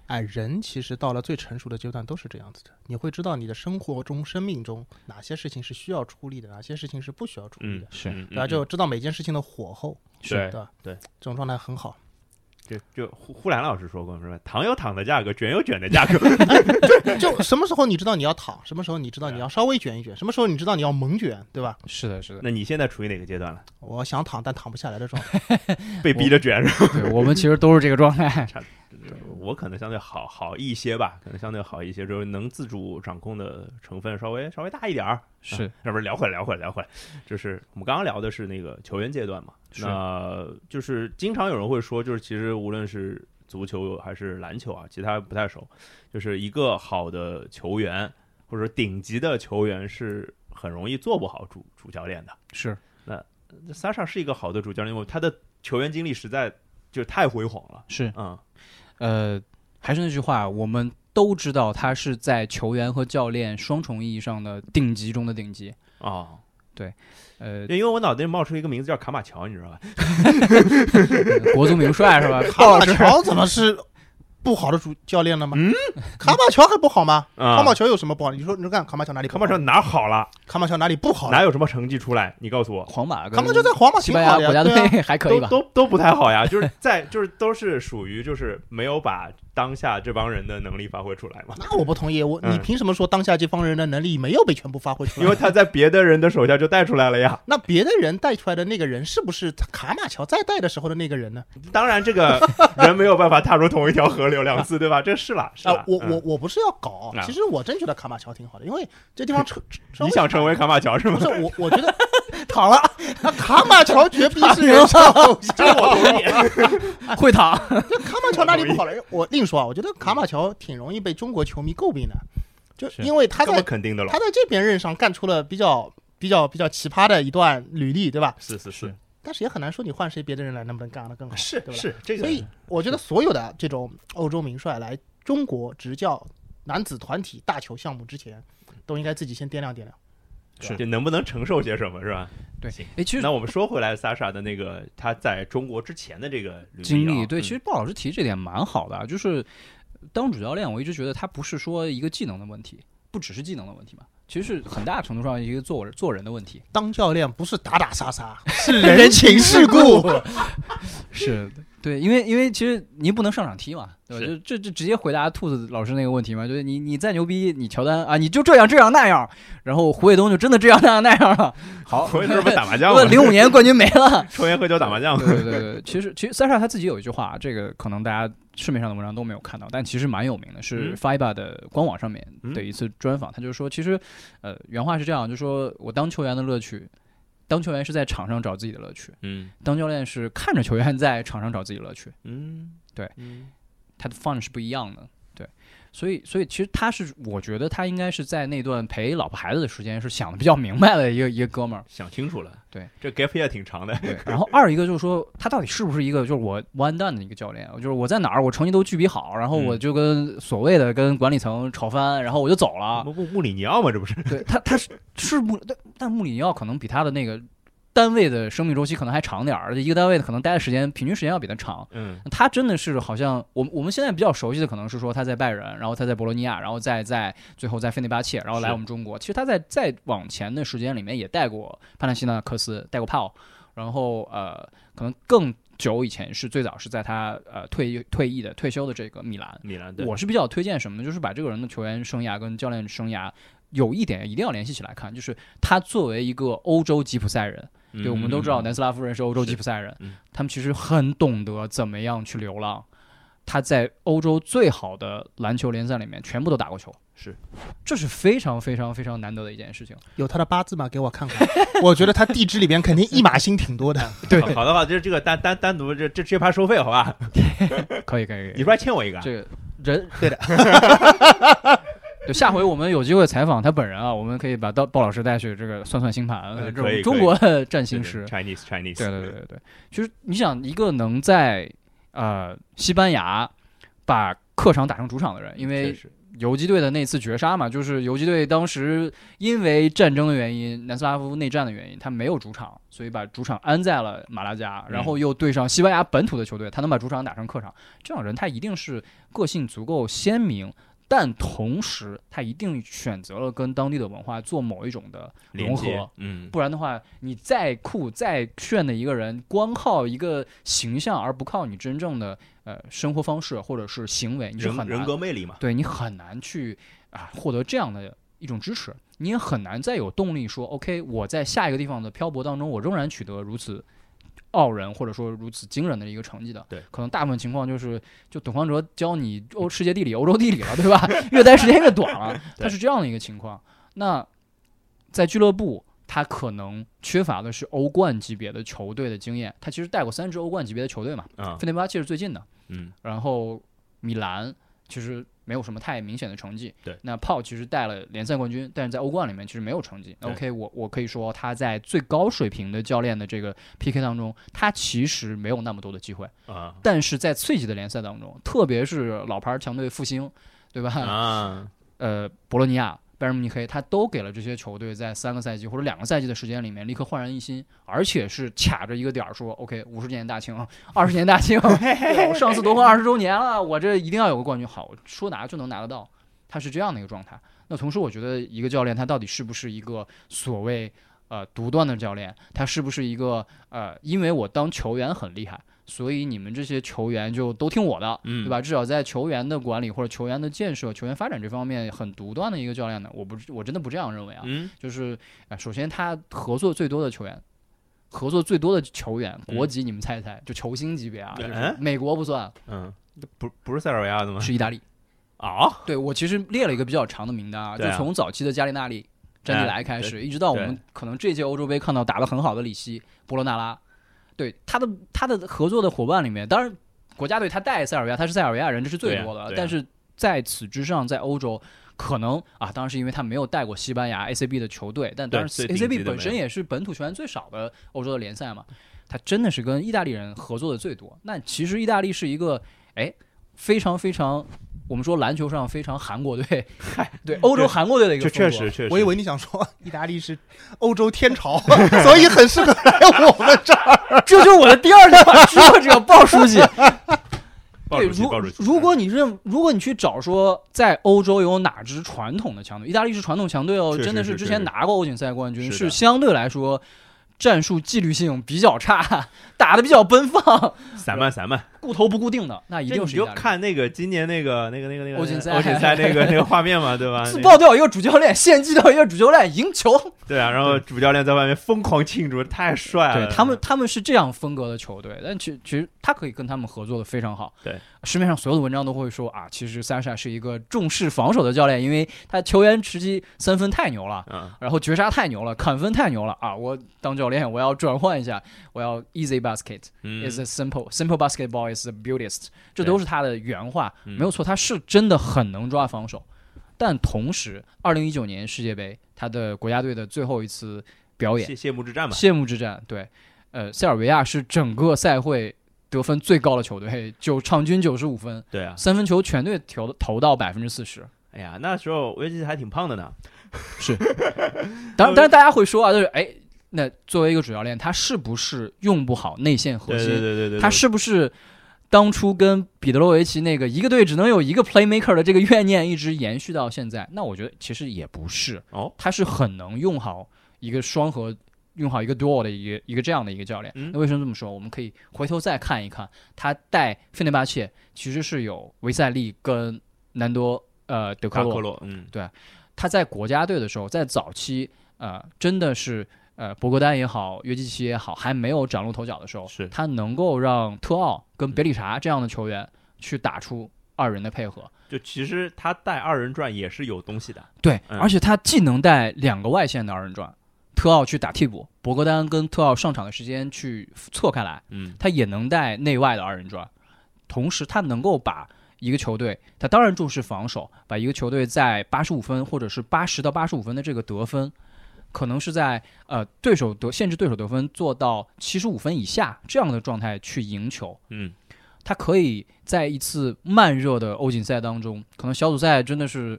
人其实到了最成熟的阶段都是这样子的，你会知道你的生活中、生命中哪些事情是需要出力的，哪些事情是不需要出力的， 是， 对吧？就知道每件事情的火候， 对吧？ 对， 这种状态很好。 就呼兰老师说过，是吧？糖有糖的价格，卷有卷的价格。 就什么时候你知道你要躺，什么时候你知道你要稍微卷一卷，什么时候你知道你要猛卷，对吧？ 是的，是的。 那你现在处于哪个阶段了？ 我想躺，但躺不下来的状态， 被逼着卷是吧？ 对，我们其实都是这个状态。 我可能相对好一些吧，可能相对好一些，就是能自主掌控的成分稍微大一点儿。 是， 要不是聊回来，就是我们刚刚聊的是那个球员阶段嘛，那就是经常有人会说，就是其实无论是足球还是篮球啊，其他不太熟，就是一个好的球员或者顶级的球员是很容易做不好主教练的。 是， 那Sasha 是一个好的主教练，因为他的球员经历实在就太辉煌了。 是，还是那句话，我们都知道他是在球员和教练双重意义上的顶级中的顶级哦， 对， 因为我脑袋里冒出一个名字叫卡马乔，你知道吧？ 国足名帅是吧？ 卡马乔怎么是不好的主教练了吗？卡马乔还不好吗？卡马乔有什么不好？你说看卡马乔哪里不好？ 卡马乔哪好了？ 卡马乔哪里不好？ 哪有什么成绩出来？你告诉我。 皇马， 卡马乔在皇马西班牙国家队还可以吧？ 都不太好呀，就是都是属于就是没有把当下这帮人的能力发挥出来嘛。 那我不同意，你凭什么说当下这帮人的能力没有被全部发挥出来？ 因为他在别的人的手下就带出来了呀。 那别的人带出来的那个人是不是卡马乔在带的时候的那个人呢？ 当然，这个人没有办法踏入同一条河流两次，对吧？这是了。 我不是要搞，其实我真觉得卡马乔挺好的，因为这地方你想成为卡马乔是吗？ 不是我觉得躺了，那卡马乔绝逼是人上偶像， 这我同意。 会躺， 这卡马乔哪里不好了？我另说啊，我觉得卡马乔挺容易被中国球迷诟病的，就因为他在肯定的了， 他在这边任上干出了比较奇葩的一段履历，对吧？ 是。 但是也很难说你换谁别的人来能不能干得更好， 是对吧？ 是这个。 所以我觉得所有的这种欧洲名帅来中国执教男子团体大球项目之前，都应该自己先掂量掂量， 是这能不能承受些什么，是吧？ 对， 其实那我们说回来，Sasha 的那个他在中国之前的这个经历，对，其实鲍老师提这点蛮好的，就是当主教练，我一直觉得他不是说一个技能的问题，不只是技能的问题嘛。其实是很大程度上一个做人的问题。 当教练不是打打杀杀，是人情世故。 是对，因为其实您不能上场踢嘛，对吧？就直接回答兔子老师那个问题嘛，就是你再牛逼，你乔丹啊，你就这样那样，然后胡卫东就真的这样那样了。好， 胡卫东不打麻将吗 ？05年冠军没了， 抽烟喝酒打麻将。 对，其实Sasha他自己有一句话，这个可能大家市面上的文章都没有看到，但其实蛮有名的，是 FIBA 的官网上面的一次专访，他就说，其实原话是这样，就说我当球员的乐趣。当球员是在场上找自己的乐趣，当教练是看着球员在场上找自己的乐趣，对，他的 fun 是不一样的，对，所以其实我觉得他应该是在那段陪老婆孩子的时间是想的比较明白的一个哥们儿， 想清楚了， 对， 这 gap 也挺长的， 对。然后二一个就是说，他到底是不是一个就是我 one done 的一个教练？就是我在哪儿我成绩都巨比好，然后我就跟所谓的跟管理层吵翻，然后我就走了。 穆里尼奥嘛，这不是？ 对，他是但穆里尼奥可能比他的那个单位的生命周期可能还长点儿，一个单位的可能待的时间平均时间要比他长。他真的是好像我们现在比较熟悉的可能是说他在拜仁，然后他在博洛尼亚，然后最后在费内巴切，然后来我们中国。其实他在再往前的时间里面也带过帕纳西纳克斯，带过帕奥，然后可能更久以前是最早是在他退休的这个米兰。 对， 我是比较推荐什么呢？就是把这个人的球员生涯跟教练生涯有一点一定要联系起来看，就是他作为一个欧洲吉普赛人。对，我们都知道南斯拉夫人是欧洲吉普赛人，他们其实很懂得怎么样去流浪。他在欧洲最好的篮球联赛里面全部都打过球，这是非常非常非常难得的一件事情。 有他的八字吗？给我看看。我觉得他地支里边肯定一马星挺多的。 对， 好的，这个单独这盘收费好吧？ 可以， 你不还欠我一个？ 这个人对的。 对，下回我们有机会采访他本人啊，我们可以把鲍老师带去这个算星盘，这种中国占星师 Chinese。 对，就是你想一个能在西班牙把客场打成主场的人，因为游击队的那次绝杀嘛，就是游击队当时因为战争的原因，南斯拉夫内战的原因，他没有主场，所以把主场安在了马拉加，然后又对上西班牙本土的球队，他能把主场打成客场，这样人他一定是个性足够鲜明。但同时，他一定选择了跟当地的文化做某一种的融合，不然的话，你再酷再炫的一个人，光靠一个形象而不靠你真正的生活方式或者是行为，你是很难人格魅力嘛？ 对，你很难去获得这样的一种支持，你也很难再有动力说 OK， 我在下一个地方的漂泊当中，我仍然取得如此傲人或者说如此惊人的一个成绩的。 对， 可能大部分情况就董方哲教你世界地理欧洲地理了，对吧？越待时间越短了，它是这样的一个情况。那在俱乐部他可能缺乏的是欧冠级别的球队的经验，他其实带过3支欧冠级别的球队嘛，费内巴切是最近的，然后米兰其实没有什么太明显的成绩。 对， 那炮其实带了联赛冠军，但是在欧冠里面其实没有成绩。OK， 我可以说他在最高水平的教练的这个 PK 当中，他其实没有那么多的机会啊。但是在次级的联赛当中，特别是老牌强队复兴，对吧？博洛尼亚、拜仁慕尼黑，他都给了这些球队在3个赛季或者2个赛季的时间里面立刻焕然一新，而且是卡着一个点儿说 OK， 50年大庆，20年大庆，我上次夺冠20周年了，我这一定要有个冠军，好，说拿就能拿得到，他是这样的一个状态。那同时我觉得一个教练他到底是不是一个所谓独断的教练，他是不是一个因为我当球员很厉害，所以你们这些球员就都听我的，对吧？至少在球员的管理或者球员的建设、球员发展这方面很独断的一个教练呢，我真的不这样认为啊。就是首先他合作最多的球员，国籍你们猜一猜，就球星级别啊，就是美国不算， 不是塞尔维亚的吗？ 是意大利啊。 对，我其实列了一个比较长的名单啊，就从早期的加利纳利、詹蒂莱开始，一直到我们可能这届欧洲杯看到打得很好的里希、波罗纳拉。对他的合作的伙伴里面，当然国家队他带塞尔维亚，他是塞尔维亚人，这是最多的。但是在此之上，在欧洲可能当然是因为他没有带过西班牙 ACB 的球队，但当然 ACB 本身也是本土球员最少的欧洲的联赛嘛，他真的是跟意大利人合作的最多。那其实意大利是一个非常非常。我们说篮球上非常韩国队，对欧洲韩国队的一个确实， 我以为你想说意大利是欧洲天朝，所以很适合来我们这儿。 这就是我的第二句话，说这个鲍书记。对，如果你去找说在欧洲有哪支传统的强队，意大利是传统强队哦，真的是之前拿过欧锦赛冠军，是相对来说战术纪律性比较差，打得比较奔放， 散漫， 固头不固定的，那一定是。 你就看那个今年那个欧锦赛那个画面嘛，对吧？ 自爆掉一个主教练，献祭掉一个主教练，赢球。 对啊，然后主教练在外面疯狂庆祝，太帅了。 对，他们是这样风格的球队，但其实他可以跟他们合作的非常好。 对， 市面上所有的文章都会说其实萨沙是一个重视防守的教练，因为他球员时期3分太牛了，然后绝杀太牛了，砍分太牛了我当教练我要转换一下，我要 easy basket is a simple basketball is the beautiest， 这都是他的原话，没有错，他是真的很能抓防守。但同时2019年世界杯他的国家队的最后一次表演谢幕之战嘛， 谢幕之战，对，塞尔维亚是整个赛会得分最高的球队，场均95分， 对啊 ，3分球全队投到40%。 哎呀，那时候维基还挺胖的呢。 是，当然大家会说就是那作为一个主教练，他是不是用不好内线核心？ 对， 他是不是当初跟彼得罗维奇那个一个队只能有一个 playmaker 的这个怨念一直延续到现在？那我觉得其实也不是他是很能用好一个双核，用好一个 duo 的一个这样的一个教练。那为什么这么说？我们可以回头再看一看，他带费内巴切其实是有维塞利跟南多德科洛，对，他在国家队的时候，在早期真的是。博格丹也好，约基奇也好，还没有崭露头角的时候，他能够让特奥跟别里查这样的球员去打出2人的配合。 就其实他带2人转也是有东西的， 对，而且他既能带2个外线的2人转，特奥去打替补，博格丹跟特奥上场的时间去错开来，他也能带内外的2人转，同时他能够把一个球队，他当然重视防守，把一个球队在85分或者是80到85分的这个得分。可能是在限制对手得分做到75分以下这样的状态去赢球。 他可以在一次慢热的欧锦赛当中，可能小组赛真的是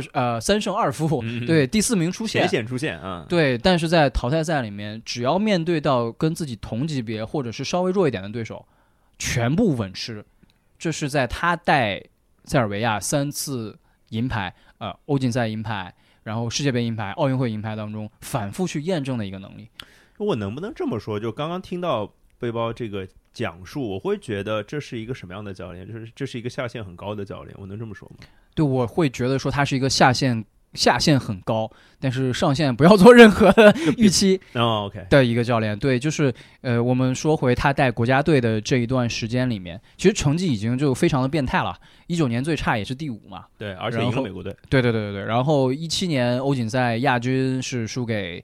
3胜2负，对，第4名出现， 险出现啊， 对，但是在淘汰赛里面，只要面对到跟自己同级别或者是稍微弱一点的对手，全部稳吃。这是在他带塞尔维亚3次银牌，欧锦赛银牌，然后世界杯银牌、奥运会银牌当中反复去验证的一个能力。 我能不能这么说？就刚刚听到背包这个讲述，我会觉得这是一个什么样的教练？就是这是一个下限很高的教练，我能这么说吗？ 对，我会觉得说他是一个下限很高，但是上限不要做任何的预期的一个教练。对，就是我们说回他带国家队的这一段时间里面，其实成绩已经就非常的变态了。19年最差也是第5嘛， 对，而且赢了美国队。 对。然后17年欧锦赛亚军是输给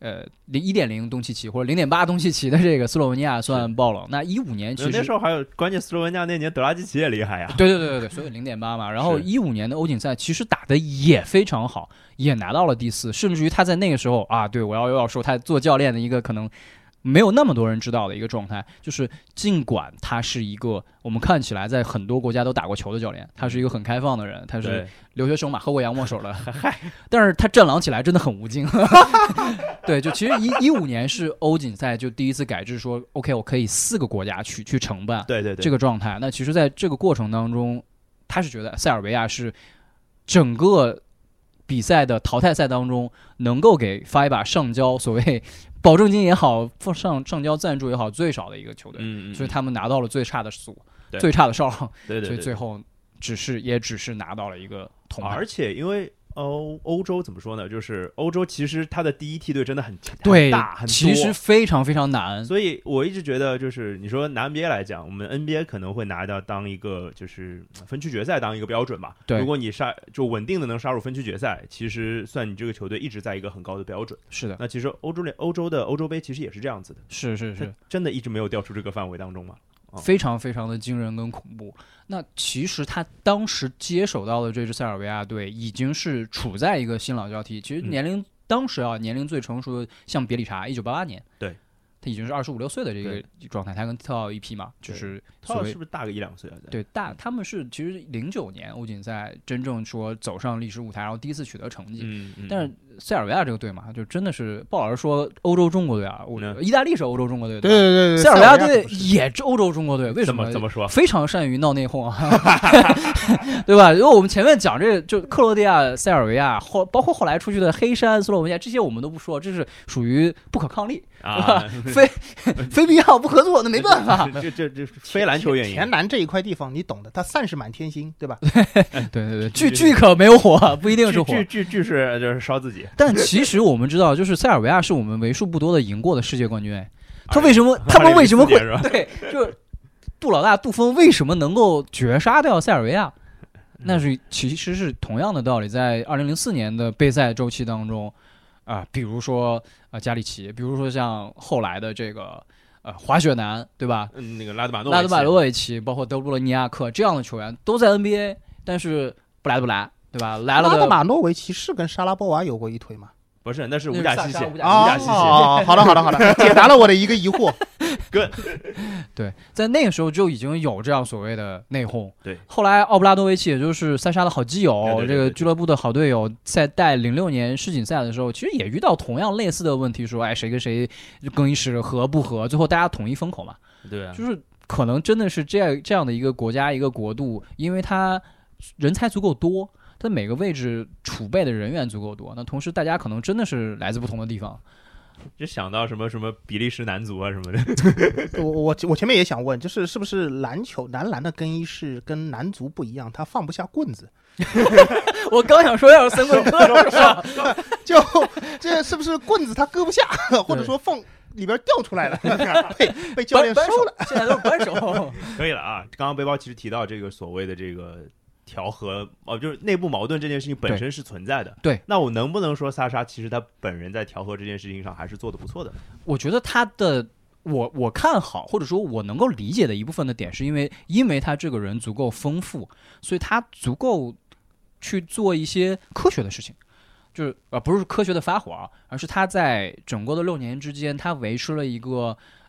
1.0 东契奇或者 0.8 东契奇的这个斯洛文尼亚算爆冷。那15年其实那时候还有关键，斯洛文尼亚那年德拉季奇也厉害呀。 对，所以 0.8 嘛。然后15年的欧锦赛其实打得也非常好，也拿到了第4，甚至于他在那个时候啊，对，我要说他做教练的一个可能没有那么多人知道的一个状态，就是尽管他是一个我们看起来在很多国家都打过球的教练，他是一个很开放的人，他是留学生嘛，喝过洋墨水的，但是他战狼起来真的很无劲。对，就其实15年是欧锦赛就第一次改制说 OK 我可以4个国家去承办， 对这个状态。那其实在这个过程当中，他是觉得塞尔维亚是整个比赛的淘汰赛当中能够给发一把上交所谓保证金也好，上交赞助也好最少的一个球队，所以他们拿到了最差的组，最差的哨， 对， 所以最后只是拿到了一个铜牌。 而且因为欧洲怎么说呢？就是欧洲其实它的第一梯队真的很大，很多， 其实非常非常难。 所以我一直觉得，就是你说拿 NBA 来讲，我们 NBA 可能会拿到当一个就是分区决赛当一个标准吧。 对， 如果你就稳定的能杀入分区决赛，其实算你这个球队一直在一个很高的标准。 是的。 那其实欧洲的欧洲杯其实也是这样子的。 是， 真的一直没有掉出这个范围当中吗？ 非常非常的惊人跟恐怖。那其实他当时接手到的这支塞尔维亚队已经是处在一个新老交替，其实当时年龄最成熟的像别里查1988年， 对， 他已经是25、26岁的这个状态，他跟特奥一批嘛，就是特奥是不是大个1-2岁啊？ 对，他们是其实09年欧锦赛真正说走上历史舞台，然后第一次取得成绩。但是塞尔维亚这个队嘛，就真的是鲍老师说欧洲中国队啊，意大利是欧洲中国队， 对， 塞尔维亚队也是欧洲中国队，为什么？ 怎么说？ 非常善于闹内讧啊，对吧？因为我们前面讲这个，就克罗地亚、塞尔维亚，包括后来出去的黑山、斯洛文尼亚，这些我们都不说，这是属于不可抗力啊，非必要不合作，那没办法。 这非篮球原因。 田南这一块地方你懂的，他散是满天星，对吧？ 对，剧可没有火，不一定是火， 剧是就是烧自己。 但其实我们知道，就是塞尔维亚是我们为数不多的赢过的世界冠军。他们为什么会对？就是杜老大杜锋为什么能够绝杀掉塞尔维亚？那是其实是同样的道理，在2004年的备赛周期当中比如说加里奇，比如说像后来的这个滑雪男，对吧？ 那个拉德马诺维奇，包括德布罗尼亚克这样的球员都在 NBA， 但是不来，对吧？来了的拉德马诺维奇是跟沙拉波娃有过一腿吗？ 不是，那是乌贾西奇。 好的，解答了我的一个疑惑。 对，在那个时候就已经有这样所谓的内讧。 对， 后来奥布拉多维奇，也就是塞沙的好基友， 对这个俱乐部的好队友，在带06年世锦赛的时候，其实也遇到同样类似的问题，说谁跟谁更衣室合不合，最后大家统一风口嘛。 对啊， 就是可能真的是这样的一个国家一个国度，因为它人才足够多。它每个位置储备的人员足够多，那同时大家可能真的是来自不同的地方， 就想到什么比利时男足啊什么的。 我前面也想问，是不是男篮的更衣室跟男足不一样，他放不下棍子？ 我刚想说要是三棍搁上， 就这是不是棍子他搁不下，或者说放里边掉出来了，被教练收了， 现在都是扳手。 可以了啊！刚刚背包其实提到这个所谓的这个调和就是内部矛盾这件事情本身是存在的。 对， 那我能不能说萨沙其实他本人在调和这件事情上还是做得不错的？ 我觉得他的我看好，或者说我能够理解的一部分的点，是因为他这个人足够丰富，所以他足够去做一些科学的事情。就是不是科学的发火，而是他在整个的6年之间，他维持了一个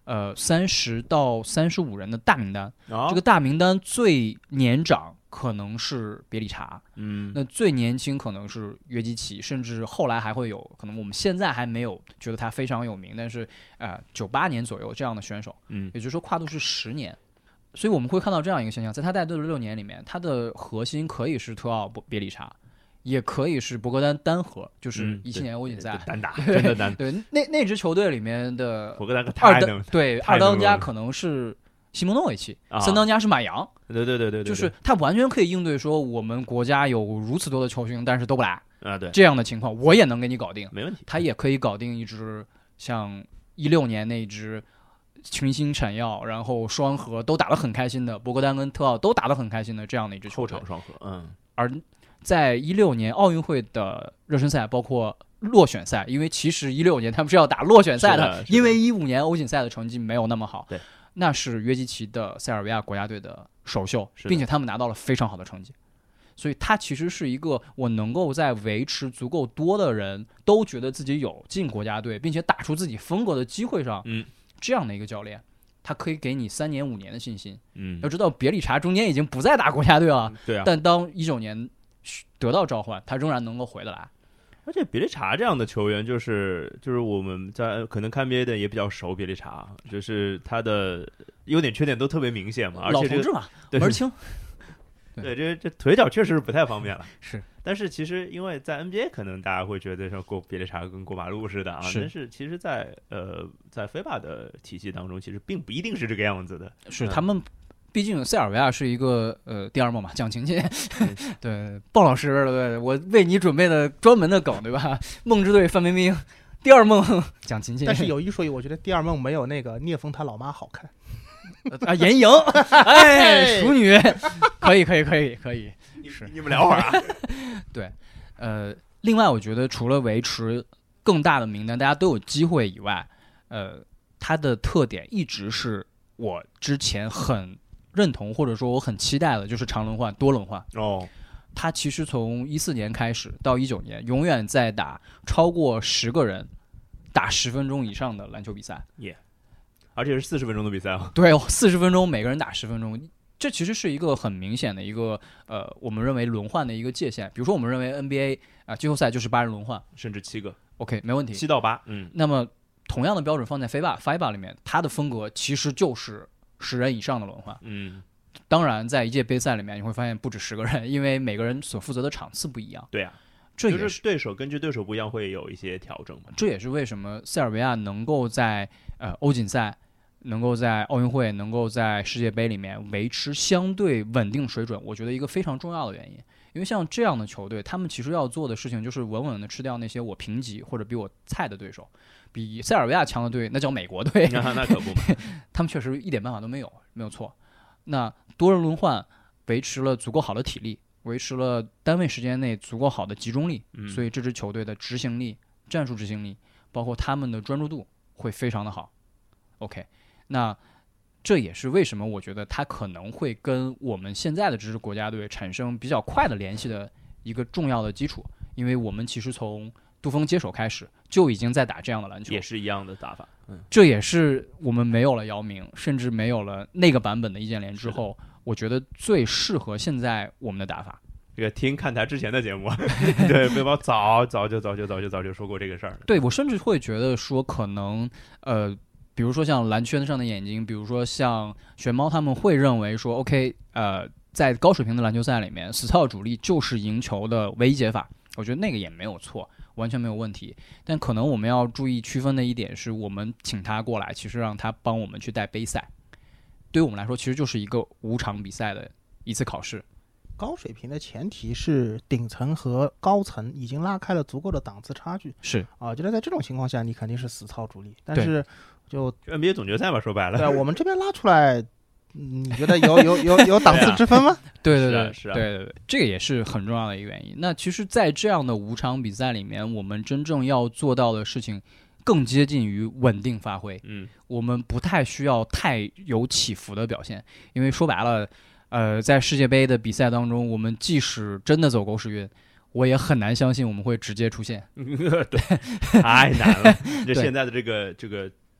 30到35人的大名单。这个大名单最年长可能是别里查，那最年轻可能是约基奇，甚至后来还会有可能我们现在还没有觉得他非常有名，但是98年左右这样的选手，也就是说跨度是10年。所以我们会看到这样一个现象，在他带队的6年里面，他的核心可以是特奥别里查，也可以是博格丹单核，就是17年欧锦赛单打，真的单打。 对，那支球队里面的博格丹二当家可能是西蒙诺维奇，3当家是马扬。 对， 就是他完全可以应对说我们国家有如此多的球星，但是都不来对这样的情况，我也能给你搞定， 没问题。 他也可以搞定一支像16年那支群星闪耀，然后双核都打得很开心的，博格丹跟特奥都打得很开心的这样的一支球队。 后场双核， 而在16年奥运会的热身赛，包括落选赛，因为其实16年他们是要打落选赛的，因为15年欧锦赛的成绩没有那么好。 对， 那是约基奇的塞尔维亚国家队的首秀，并且他们拿到了非常好的成绩。所以他其实是一个我能够在维持足够多的人都觉得自己有进国家队，并且打出自己风格的机会上，这样的一个教练，他可以给你3年5年的信心。要知道别里查中间已经不再打国家队了， 对啊， 但当19年得到召唤，他仍然能够回得来。 而且别里查这样的球员，就是我们在可能看 NBA 的也比较熟，别里查就是他的优点缺点都特别明显嘛，而且老同志嘛，门儿清。 对，这腿脚确实是不太方便了。 是， 但是其实因为在 NBA 可能大家会觉得像别里查跟过马路似的啊，但是其实在FIBA 的体系当中，其实并不一定是这个样子的。 是他们。毕竟塞尔维亚是一个第二梦嘛，蒋勤勤，对，鲍老师，对，我为你准备的专门的梗，对吧？梦之队范冰冰，第二梦蒋勤勤。 但是有一说一，我觉得第二梦没有那个聂风他老妈好看。 严莹，哎，熟女，可以，是你们聊会儿啊。 对，另外我觉得除了维持更大的名单，大家都有机会以外，它的特点一直是我之前很认同或者说我很期待的，就是长轮换、多轮换。他其实从14年开始到19年，永远在打超过10个人打10分钟以上的篮球比赛。 而且是40分钟的比赛啊。 对，40分钟，每个人打10分钟，这其实是一个很明显的一个我们认为轮换的一个界限。比如说，我们认为 NBA 季后赛就是8人轮换， 甚至7个。 OK， 没问题。 7到8， 那么同样的标准放在 FIBA 里面，它的风格其实就是10人以上的轮换。当然，在一届杯赛里面，你会发现不止10个人，因为每个人所负责的场次不一样。 对啊， 这也就是对手根据对手不一样会有一些调整嘛。 这也是为什么塞尔维亚能够在欧锦赛、能够在奥运会、能够在世界杯里面维持相对稳定水准，我觉得一个非常重要的原因。因为像这样的球队，他们其实要做的事情就是稳稳的吃掉那些我评级或者比我菜的对手。比塞尔维亚强的队，那叫美国队， 那可不嘛。 他们确实一点办法都没有，没有错。那多人轮换维持了足够好的体力，维持了单位时间内足够好的集中力，所以这支球队的执行力、战术执行力，包括他们的专注度会非常的好。OK， 那这也是为什么我觉得他可能会跟我们现在的这支国家队产生比较快的联系的一个重要的基础，因为我们其实从杜锋接手开始就已经在打这样的篮球， 也是一样的打法。 这也是我们没有了姚明，甚至没有了那个版本的易建联之后，我觉得最适合现在我们的打法。 这个听看台之前的节目，对，背包早就说过这个事儿。 对，我甚至会觉得说，可能比如说像蓝圈上的眼睛，比如说像玄猫，他们会认为说 ，OK， 在高水平的篮球赛里面，死操主力就是赢球的唯一解法。我觉得那个也没有错，完全没有问题。但可能我们要注意区分的一点是，我们请他过来，其实让他帮我们去带杯赛，对于我们来说，其实就是一个5场比赛的一次考试。 高水平的前提是顶层和高层已经拉开了足够的档次差距。 是啊，就是在这种情况下，你肯定是死操主力。但是就 NBA 总决赛嘛，说白了， 对，我们这边拉出来。你觉得有档次之分吗？ 对， 是啊， 对，这个也是很重要的一个原因。那其实，在这样的5场比赛里面，我们真正要做到的事情，更接近于稳定发挥。我们不太需要太有起伏的表现，因为说白了，在世界杯的比赛当中，我们即使真的走狗屎运，我也很难相信我们会直接出现。 对，太难了。这现在的这个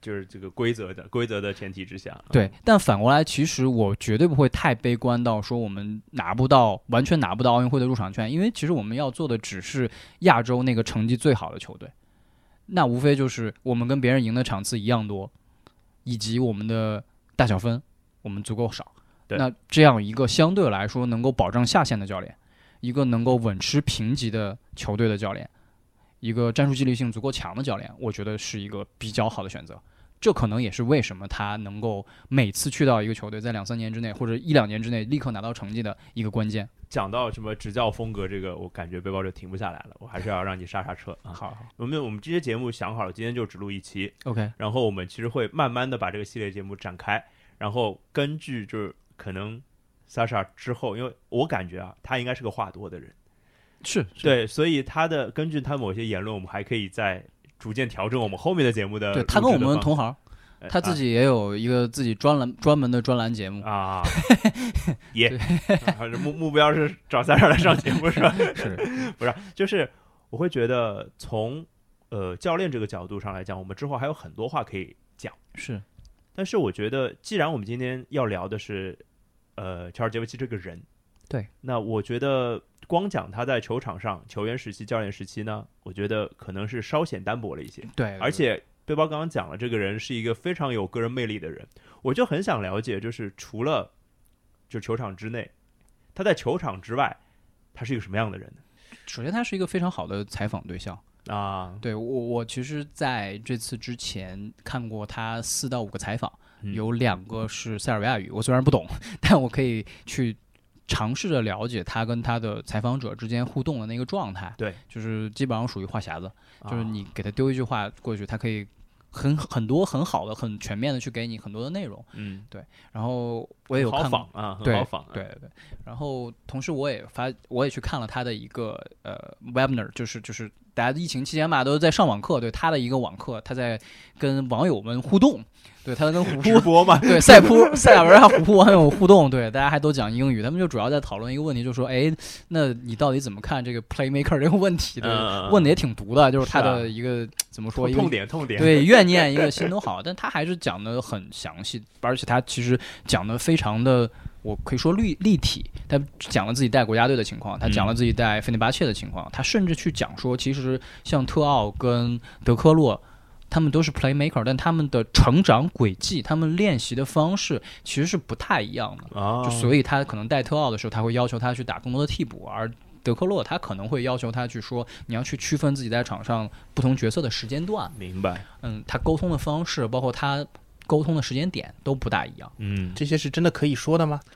就是这个规则的前提之下。 对，但反过来，其实我绝对不会太悲观到说我们完全拿不到奥运会的入场券，因为其实我们要做的只是亚洲那个成绩最好的球队，那无非就是我们跟别人赢的场次一样多，以及我们的大小分我们足够少。那这样一个相对来说能够保障下限的教练，一个能够稳吃评级的球队的教练，一个战术纪律性足够强的教练，我觉得是一个比较好的选择。这可能也是为什么他能够每次去到一个球队，在2-3年之内或者1-2年之内立刻拿到成绩的一个关键。 讲到什么执教风格，这个我感觉背包就停不下来了，我还是要让你刹刹车啊。 好， 我们这些节目想好了，今天就只录一期 ，OK。 然后我们其实会慢慢的把这个系列节目展开，然后根据就是可能 Sasha 之后，因为我感觉啊，他应该是个话多的人， 是对，所以根据他某些言论，我们还可以再逐渐调整我们后面的节目的。 对，他跟我们同行。他自己也有一个自己专门的专栏节目啊，也目标是找Sasha来上节目是吧？ 是， 不是？就是我会觉得从教练这个角度上来讲，我们之后还有很多话可以讲。 是， 但是我觉得，既然我们今天要聊的是乔尔杰维奇这个人， 对， 那我觉得光讲他在球场上球员时期、教练时期呢，我觉得可能是稍显单薄了一些。 对， 而且。背包刚刚讲了，这个人是一个非常有个人魅力的人，我就很想了解，就是除了就球场之内，他在球场之外，他是一个什么样的人呢？ 首先，他是一个非常好的采访对象啊。 对，我其实在这次之前看过他4到5个采访，有2个是塞尔维亚语，我虽然不懂，但我可以去尝试着了解他跟他的采访者之间互动的那个状态。 对， 就是基本上属于话匣子，就是你给他丢一句话过去，他可以很多很好的、很全面的去给你很多的内容。对。然后我也有看很好仿啊， 很好仿。 对。然后同时我也去看了他的一个webinar， 就是大家疫情期间嘛，都在上网课，对他的一个网课，他在跟网友们互动。对，他跟虎扑直播嘛， 对塞尔维亚虎扑网友互动，对，大家还都讲英语，他们就主要在讨论一个问题，就是说，哎，那你到底怎么看这个 playmaker 这个问题？对，问的也挺毒的，就是他的一个怎么说，一个痛点， 对，怨念，一个心都好，但他还是讲的很详细，而且他其实讲的非常的，我可以说立体。他讲了自己带国家队的情况，他讲了自己带费内巴切的情况，他甚至去讲说，其实像特奥跟德科洛。他们都是 playmaker， 但他们的成长轨迹、他们练习的方式其实是不太一样的。就所以他可能带特奥的时候，他会要求他去打更多的替补，而德科洛他可能会要求他去说，你要去区分自己在场上不同角色的时间段。 明白。 他沟通的方式，包括他沟通的时间点都不大一样。 这些是真的可以说的吗？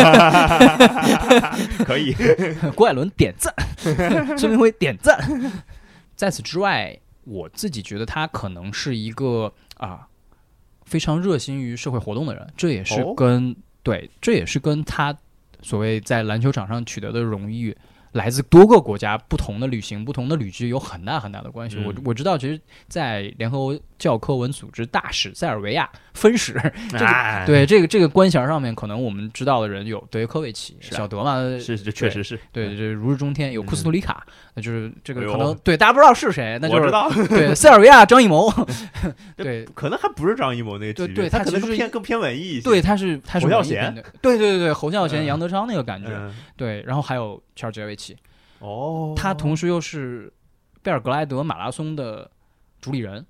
可以。 郭艾伦点赞，孙明辉点赞。在此之外。我自己觉得他可能是一个非常热心于社会活动的人，这也是跟他所谓在篮球场上取得的荣誉，来自多个国家不同的旅行、不同的旅居有很大很大的关系。我知道，其实，在联合国教科文组织大使塞尔维亚分使，这个官衔上面，可能我们知道的人有德约科维奇、小德嘛， 是确实是对，这如日中天。有库斯图里卡，那就是这个可能对大家不知道是谁，那就是我知道对塞尔维亚张艺谋，对， 可能还不是张艺谋那个级别，他可能更偏文艺一些。 对，他是侯孝贤， 对，侯孝贤、杨德昌那个感觉，对，然后还有乔尔杰维奇。他同时又是贝尔格莱德马拉松的主理人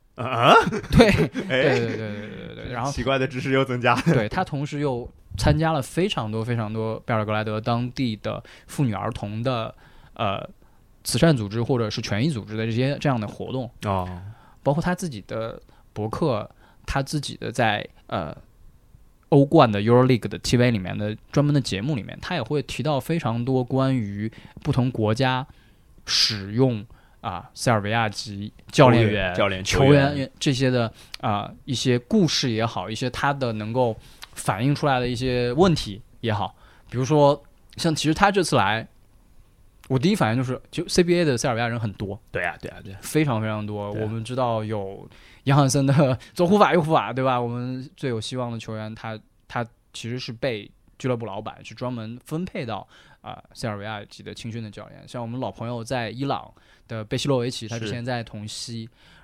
对，然后奇怪的知识又增加。 对，他同时又参加了非常多贝尔格莱德当地的妇女儿童的慈善组织或者是权益组织的这样的活动包括他自己的博客，他自己的在欧冠的 EuroLeague 的 TV 里面的专门的节目里面，他也会提到非常多关于不同国家使用塞尔维亚籍教练员、球员这些的一些故事也好，一些他的能够反映出来的一些问题也好，比如说像其实他这次来，我第一反应就 CBA 的塞尔维亚人很多， 对， 非常非常多。我们知道有杨汉森的左护法右护法，对吧？我们最有希望的球员，他其实是被俱乐部老板是专门分配到塞尔维亚籍的青训的教练。像我们老朋友在伊朗的贝西洛维奇，他之前在同曦，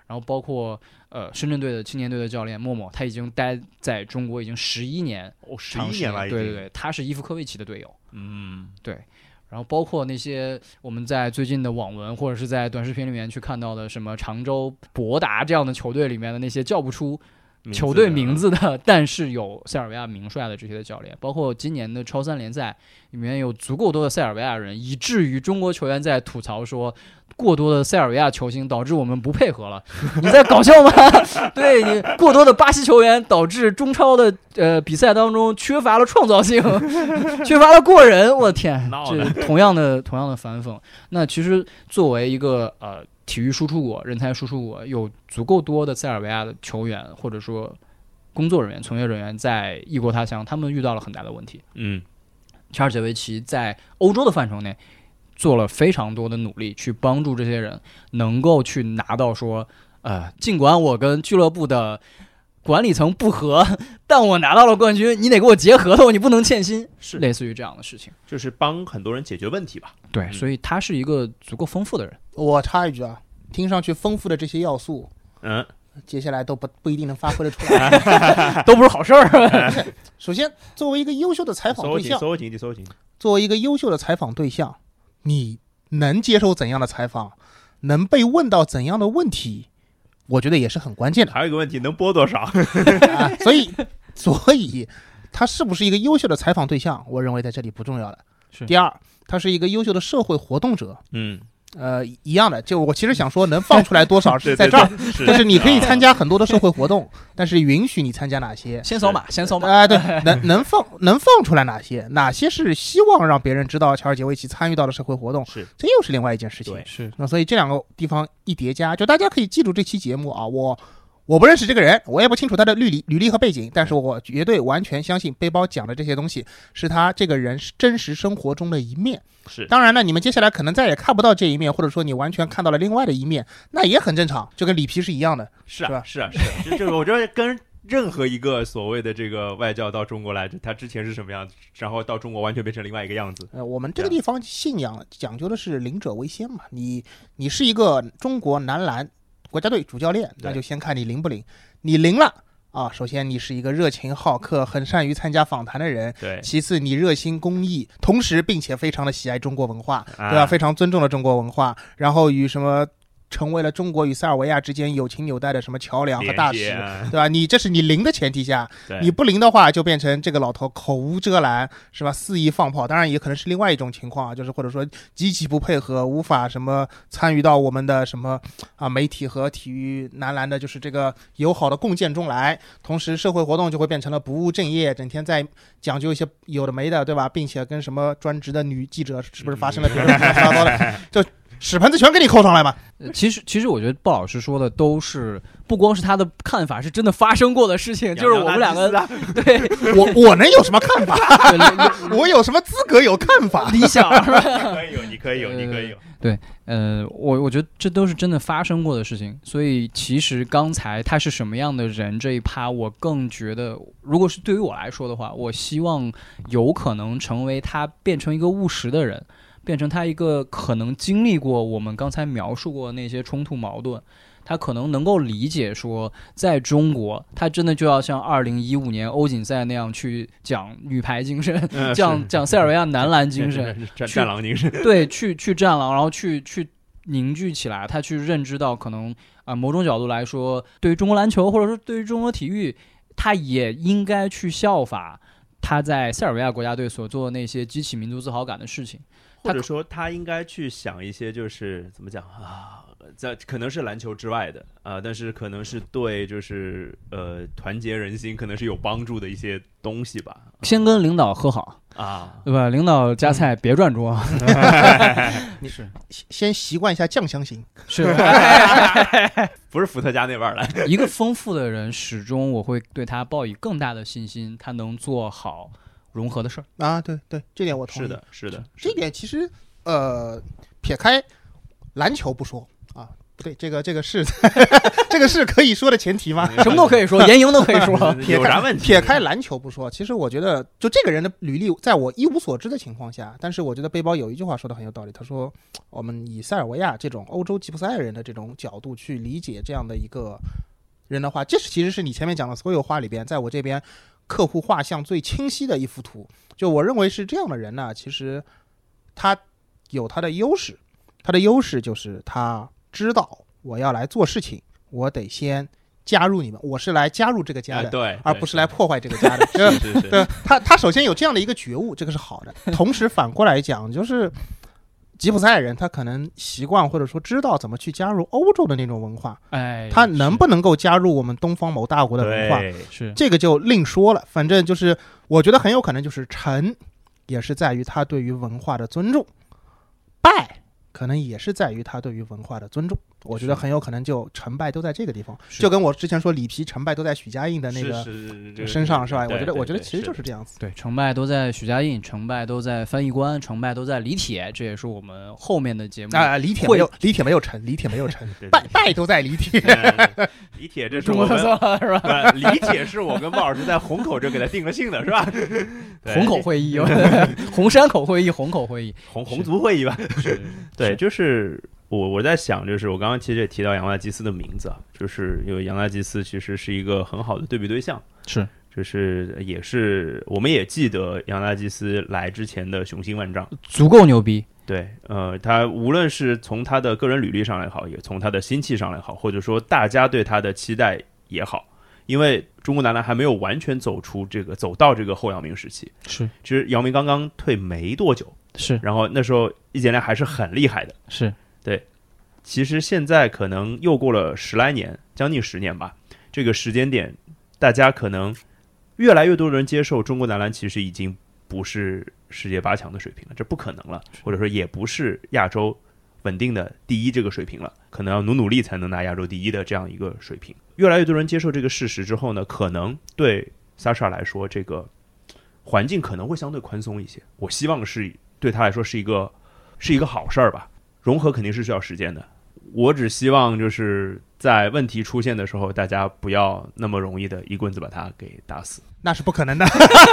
然后包括深圳队的青年队的教练默默，他已经待在中国已经11年 ，11年了， 对对对，他是伊夫科维奇的队友，对。然后包括那些我们在最近的网文或者是在短视频里面去看到的什么常州博达这样的球队里面的那些叫不出球队名字的，但是有塞尔维亚名帅的这些的教练，包括今年的超3联赛里面有足够多的塞尔维亚人，以至于中国球员在吐槽说，过多的塞尔维亚球星导致我们不配合了。你在搞笑吗？对，你过多的巴西球员导致中超的比赛当中缺乏了创造性，缺乏了过人。我的天，这同样的反讽。那其实作为一个体育输出国、人才输出国，有足够多的塞尔维亚的球员或者说工作人员、从业人员在异国他乡，他们遇到了很大的问题。查尔杰维奇在欧洲的范畴内做了非常多的努力，去帮助这些人能够去拿到说，尽管我跟俱乐部的管理层不和，但我拿到了冠军，你得给我结合同，你不能欠薪，是类似于这样的事情， 就是帮很多人解决问题吧。 对，所以他是一个足够丰富的人。 我插一句啊，听上去丰富的这些要素，接下来都不一定能发挥得出来， 都不是好事儿。 首先，作为一个优秀的采访对象， 作为一个优秀的采访对象，你能接受怎样的采访，能被问到怎样的问题，我觉得也是很关键的。 还有一个问题，能播多少？ 所以他是不是一个优秀的采访对象，我认为在这里不重要的。第二，他是一个优秀的社会活动者。一样的，就我其实想说，能放出来多少是在这儿，就是你可以参加很多的社会活动，但是允许你参加哪些？ 先扫码。 对，能放出来哪些是希望让别人知道乔尔杰维奇参与到的社会活动，这又是另外一件事情。 是， 那所以这两个地方一叠加，就大家可以记住这期节目啊，我不认识这个人，我也不清楚他的履历和背景，但是我绝对完全相信背包讲的这些东西是他这个人真实生活中的一面。当然呢，你们接下来可能再也看不到这一面，或者说你完全看到了另外的一面，那也很正常，就跟里皮是一样的，是吧？ 是啊，这我觉得跟任何一个所谓的这个外教到中国来，他之前是什么样子，然后到中国完全变成另外一个样子。 我们这个地方信仰讲究的是灵者为先嘛，你是一个中国男篮国家队主教练，那就先看你灵不灵。你灵了啊，首先你是一个热情好客、很善于参加访谈的人。 对。 其次，你热心公益，同时并且非常的喜爱中国文化，对吧？非常尊重了中国文化，然后与什么成为了中国与塞尔维亚之间友情纽带的什么桥梁和大使，对吧？这是你灵的前提下，你不灵的话，就变成这个老头口无遮拦，是吧？肆意放炮。当然也可能是另外一种情况，就是或者说极其不配合，无法什么参与到我们的什么媒体和体育男篮的，就是这个友好的共建中来。同时，社会活动就会变成了不务正业，整天在讲究一些有的没的，对吧？并且跟什么专职的女记者是不是发生了别人乱七八糟的，就屎盆子全给你扣上来嘛。 其实我觉得鲍老师说的都是不光是他的看法，是真的发生过的事情。就是我们两个，对， 我能有什么看法？我有什么资格有看法？ 理想是吧？ 你可以有。 对，我觉得这都是真的发生过的事情。所以其实刚才他是什么样的人这一趴，我更觉得，如果是对于我来说的话，我希望有可能成为他变成一个务实的人。变成他一个可能经历过我们刚才描述过的那些冲突矛盾，他可能能够理解说，在中国，他真的就要像2015年欧锦赛那样去讲女排精神，讲塞尔维亚男篮精神， 战狼精神， 对，去战狼，然后去凝聚起来，他去认知到可能某种角度来说，对于中国篮球或者说对于中国体育，他也应该去效法他在塞尔维亚国家队所做的那些激起民族自豪感的事情。 或者说他应该去想一些，就是怎么讲在可能是篮球之外的但是可能是对就是团结人心可能是有帮助的一些东西吧。 先跟领导和好对吧？领导夹菜别转桌， 你是先习惯一下酱香型， 是不是伏特加那味儿来。 一个丰富的人，始终我会对他抱以更大的信心，他能做好融合的事儿对，这点我同意。 是的， 这点其实撇开篮球不说不对，这个是这个是可以说的前提吗？ 什么都可以说，言赢都可以说。 有啥问题？ 撇开篮球不说，其实我觉得，就这个人的履历，在我一无所知的情况下，但是我觉得背包有一句话说的很有道理，他说，我们以塞尔维亚这种欧洲吉普赛人的这种角度去理解这样的一个人的话，这其实是你前面讲的所有话里边，在我这边客户画像最清晰的一幅图。就我认为是这样的人呢，其实他有他的优势，他的优势就是他知道我要来做事情，我得先加入你们，我是来加入这个家的， 对， 而不是来破坏这个家的。 对， 他首先有这样的一个觉悟，这个是好的。同时反过来讲，就是吉普赛人他可能习惯或者说知道怎么去加入欧洲的那种文化，他能不能够加入我们东方某大国的文化， 是这个就另说了。反正就是我觉得很有可能就是成也是在于他对于文化的尊重，败可能也是在于他对于文化的尊重。我觉得很有可能就成败都在这个地方，就跟我之前说里皮成败都在许家印的那个身上是吧？我觉得其实就是这样子。 对，成败都在许家印，成败都在翻译官，成败都在李铁，这也是我们后面的节目啊。李铁没有成，败都在李铁。 李铁这是我们是吧？ 李铁是我跟鲍老师在虹口这给他定了性的是吧？ 虹口会议，红山口会议，虹口会议， 红族会议吧？对，就是。我在想，就是我刚刚其实也提到杨纳基斯的名字啊，就是因为杨纳基斯其实是一个很好的对比对象， 是， 就是也是我们也记得杨纳基斯来之前的雄心万丈， 足够牛逼。 对，他无论是从他的个人履历上来好，也从他的心气上来好，或者说大家对他的期待也好，因为中国男篮还没有完全走到这个后姚明时期， 是， 其实姚明刚刚退没多久， 是， 然后那时候易建联还是很厉害的， 是。 对，其实现在可能又过了10来年，将近10年吧。这个时间点，大家可能越来越多的人接受中国男篮其实已经不是世界8强的水平了，这不可能了，或者说也不是亚洲稳定的第一这个水平了，可能要努力才能拿亚洲第一的这样一个水平。越来越多人接受这个事实之后呢，可能对 Sasha 来说，这个环境可能会相对宽松一些。我希望是对他来说是一个好事儿吧。融合肯定是需要时间的，我只希望就是在问题出现的时候，大家不要那么容易的一棍子把他给打死， 那是不可能的。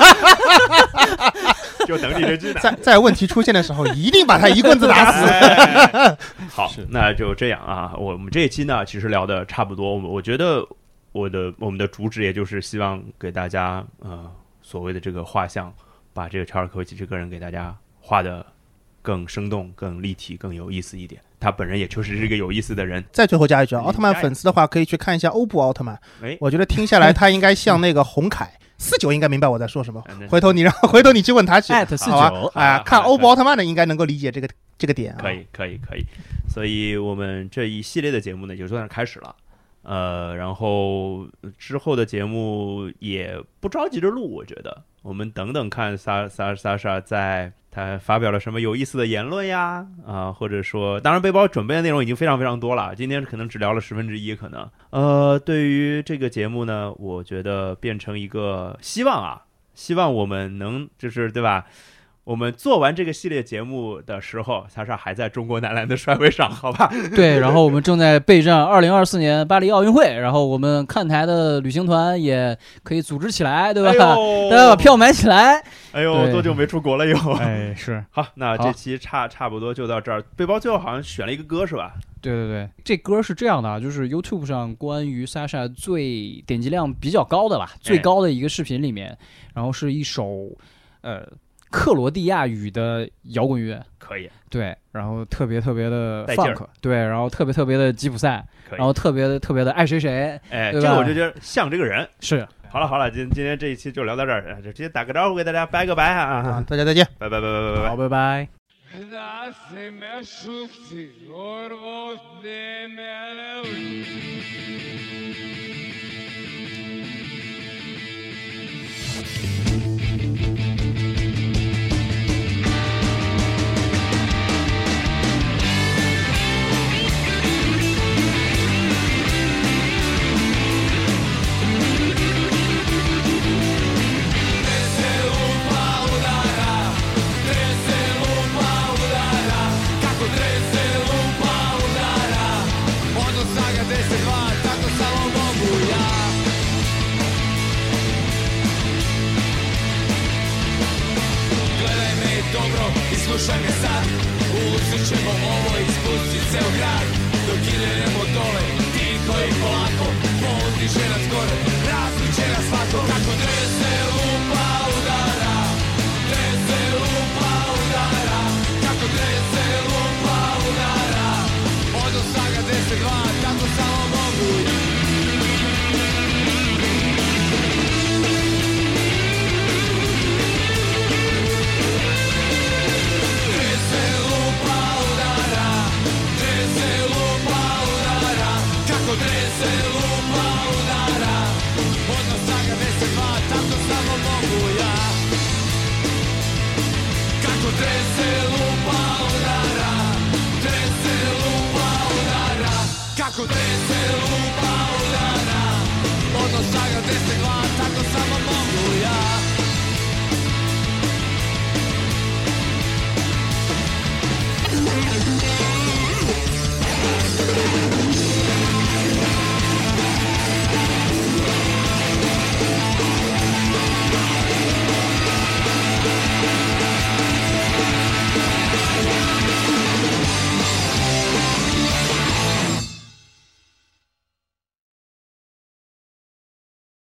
就等你这句在问题出现的时候，一定把他一棍子打死。好，那就这样啊。我们这一期呢，其实聊的差不多。我觉得我们的主旨也就是希望给大家所谓的这个画像，把这个乔尔科维奇这个人给大家画的更生动、更立体、更有意思一点。他本人也确实是一个有意思的人。 再最后加一句，奥特曼粉丝的话可以去看一下欧布奥特曼。我觉得听下来他应该像那个洪凯49应该明白我在说什么。回头你去问他去。 @49 看欧布奥特曼的应该能够理解这个点。 可以。所以我们这一系列的节目呢，就算是开始了。然后之后的节目也不着急着录，我觉得我们等等看Sasha在他发表了什么有意思的言论呀，或者说，当然背包准备的内容已经非常非常多了，今天可能只聊了1/10，可能。对于这个节目呢，我觉得变成一个希望我们能就是对吧？我们做完这个系列节目的时候，Sasha还在中国男篮的帅位上，好吧？ 对，然后我们正在备战2024年巴黎奥运会，然后我们看台的旅行团也可以组织起来，对吧？大家把票买起来。 哎呦，多久没出国了又？ 哎，是。 好，那这期差不多就到这儿。背包最后好像选了一个歌是吧？ 对，这歌是这样的啊，就是 YouTube 上关于 Sasha 最点击量比较高的吧，最高的一个视频里面，然后是一首克罗地亚语的摇滚乐， 可以， 对，然后特别的带劲 funk， 对，然后特别的吉普赛，然后特别的爱谁谁， 哎，这个我就觉得像这个人是。 好了，今天这一期就聊到这儿，就直接打个招呼给大家拜个拜啊！ 大家再见， 拜拜， 好，拜拜。 slušaj me sad, u ulici ćemo ovo ispustiti ceo grad, dok idemo dole, tiho i polako, pol diže nas gore, različe nas svako, kako drese lupa udara, drese lupa udara, kako drese lupa udara, od Osaga 10-2, tako samo mogu ja. Drese lupa udara, odnos Saga 10-2, tako samo mogu ja. Kako drese lupa udara, drese lupa udara, kako drese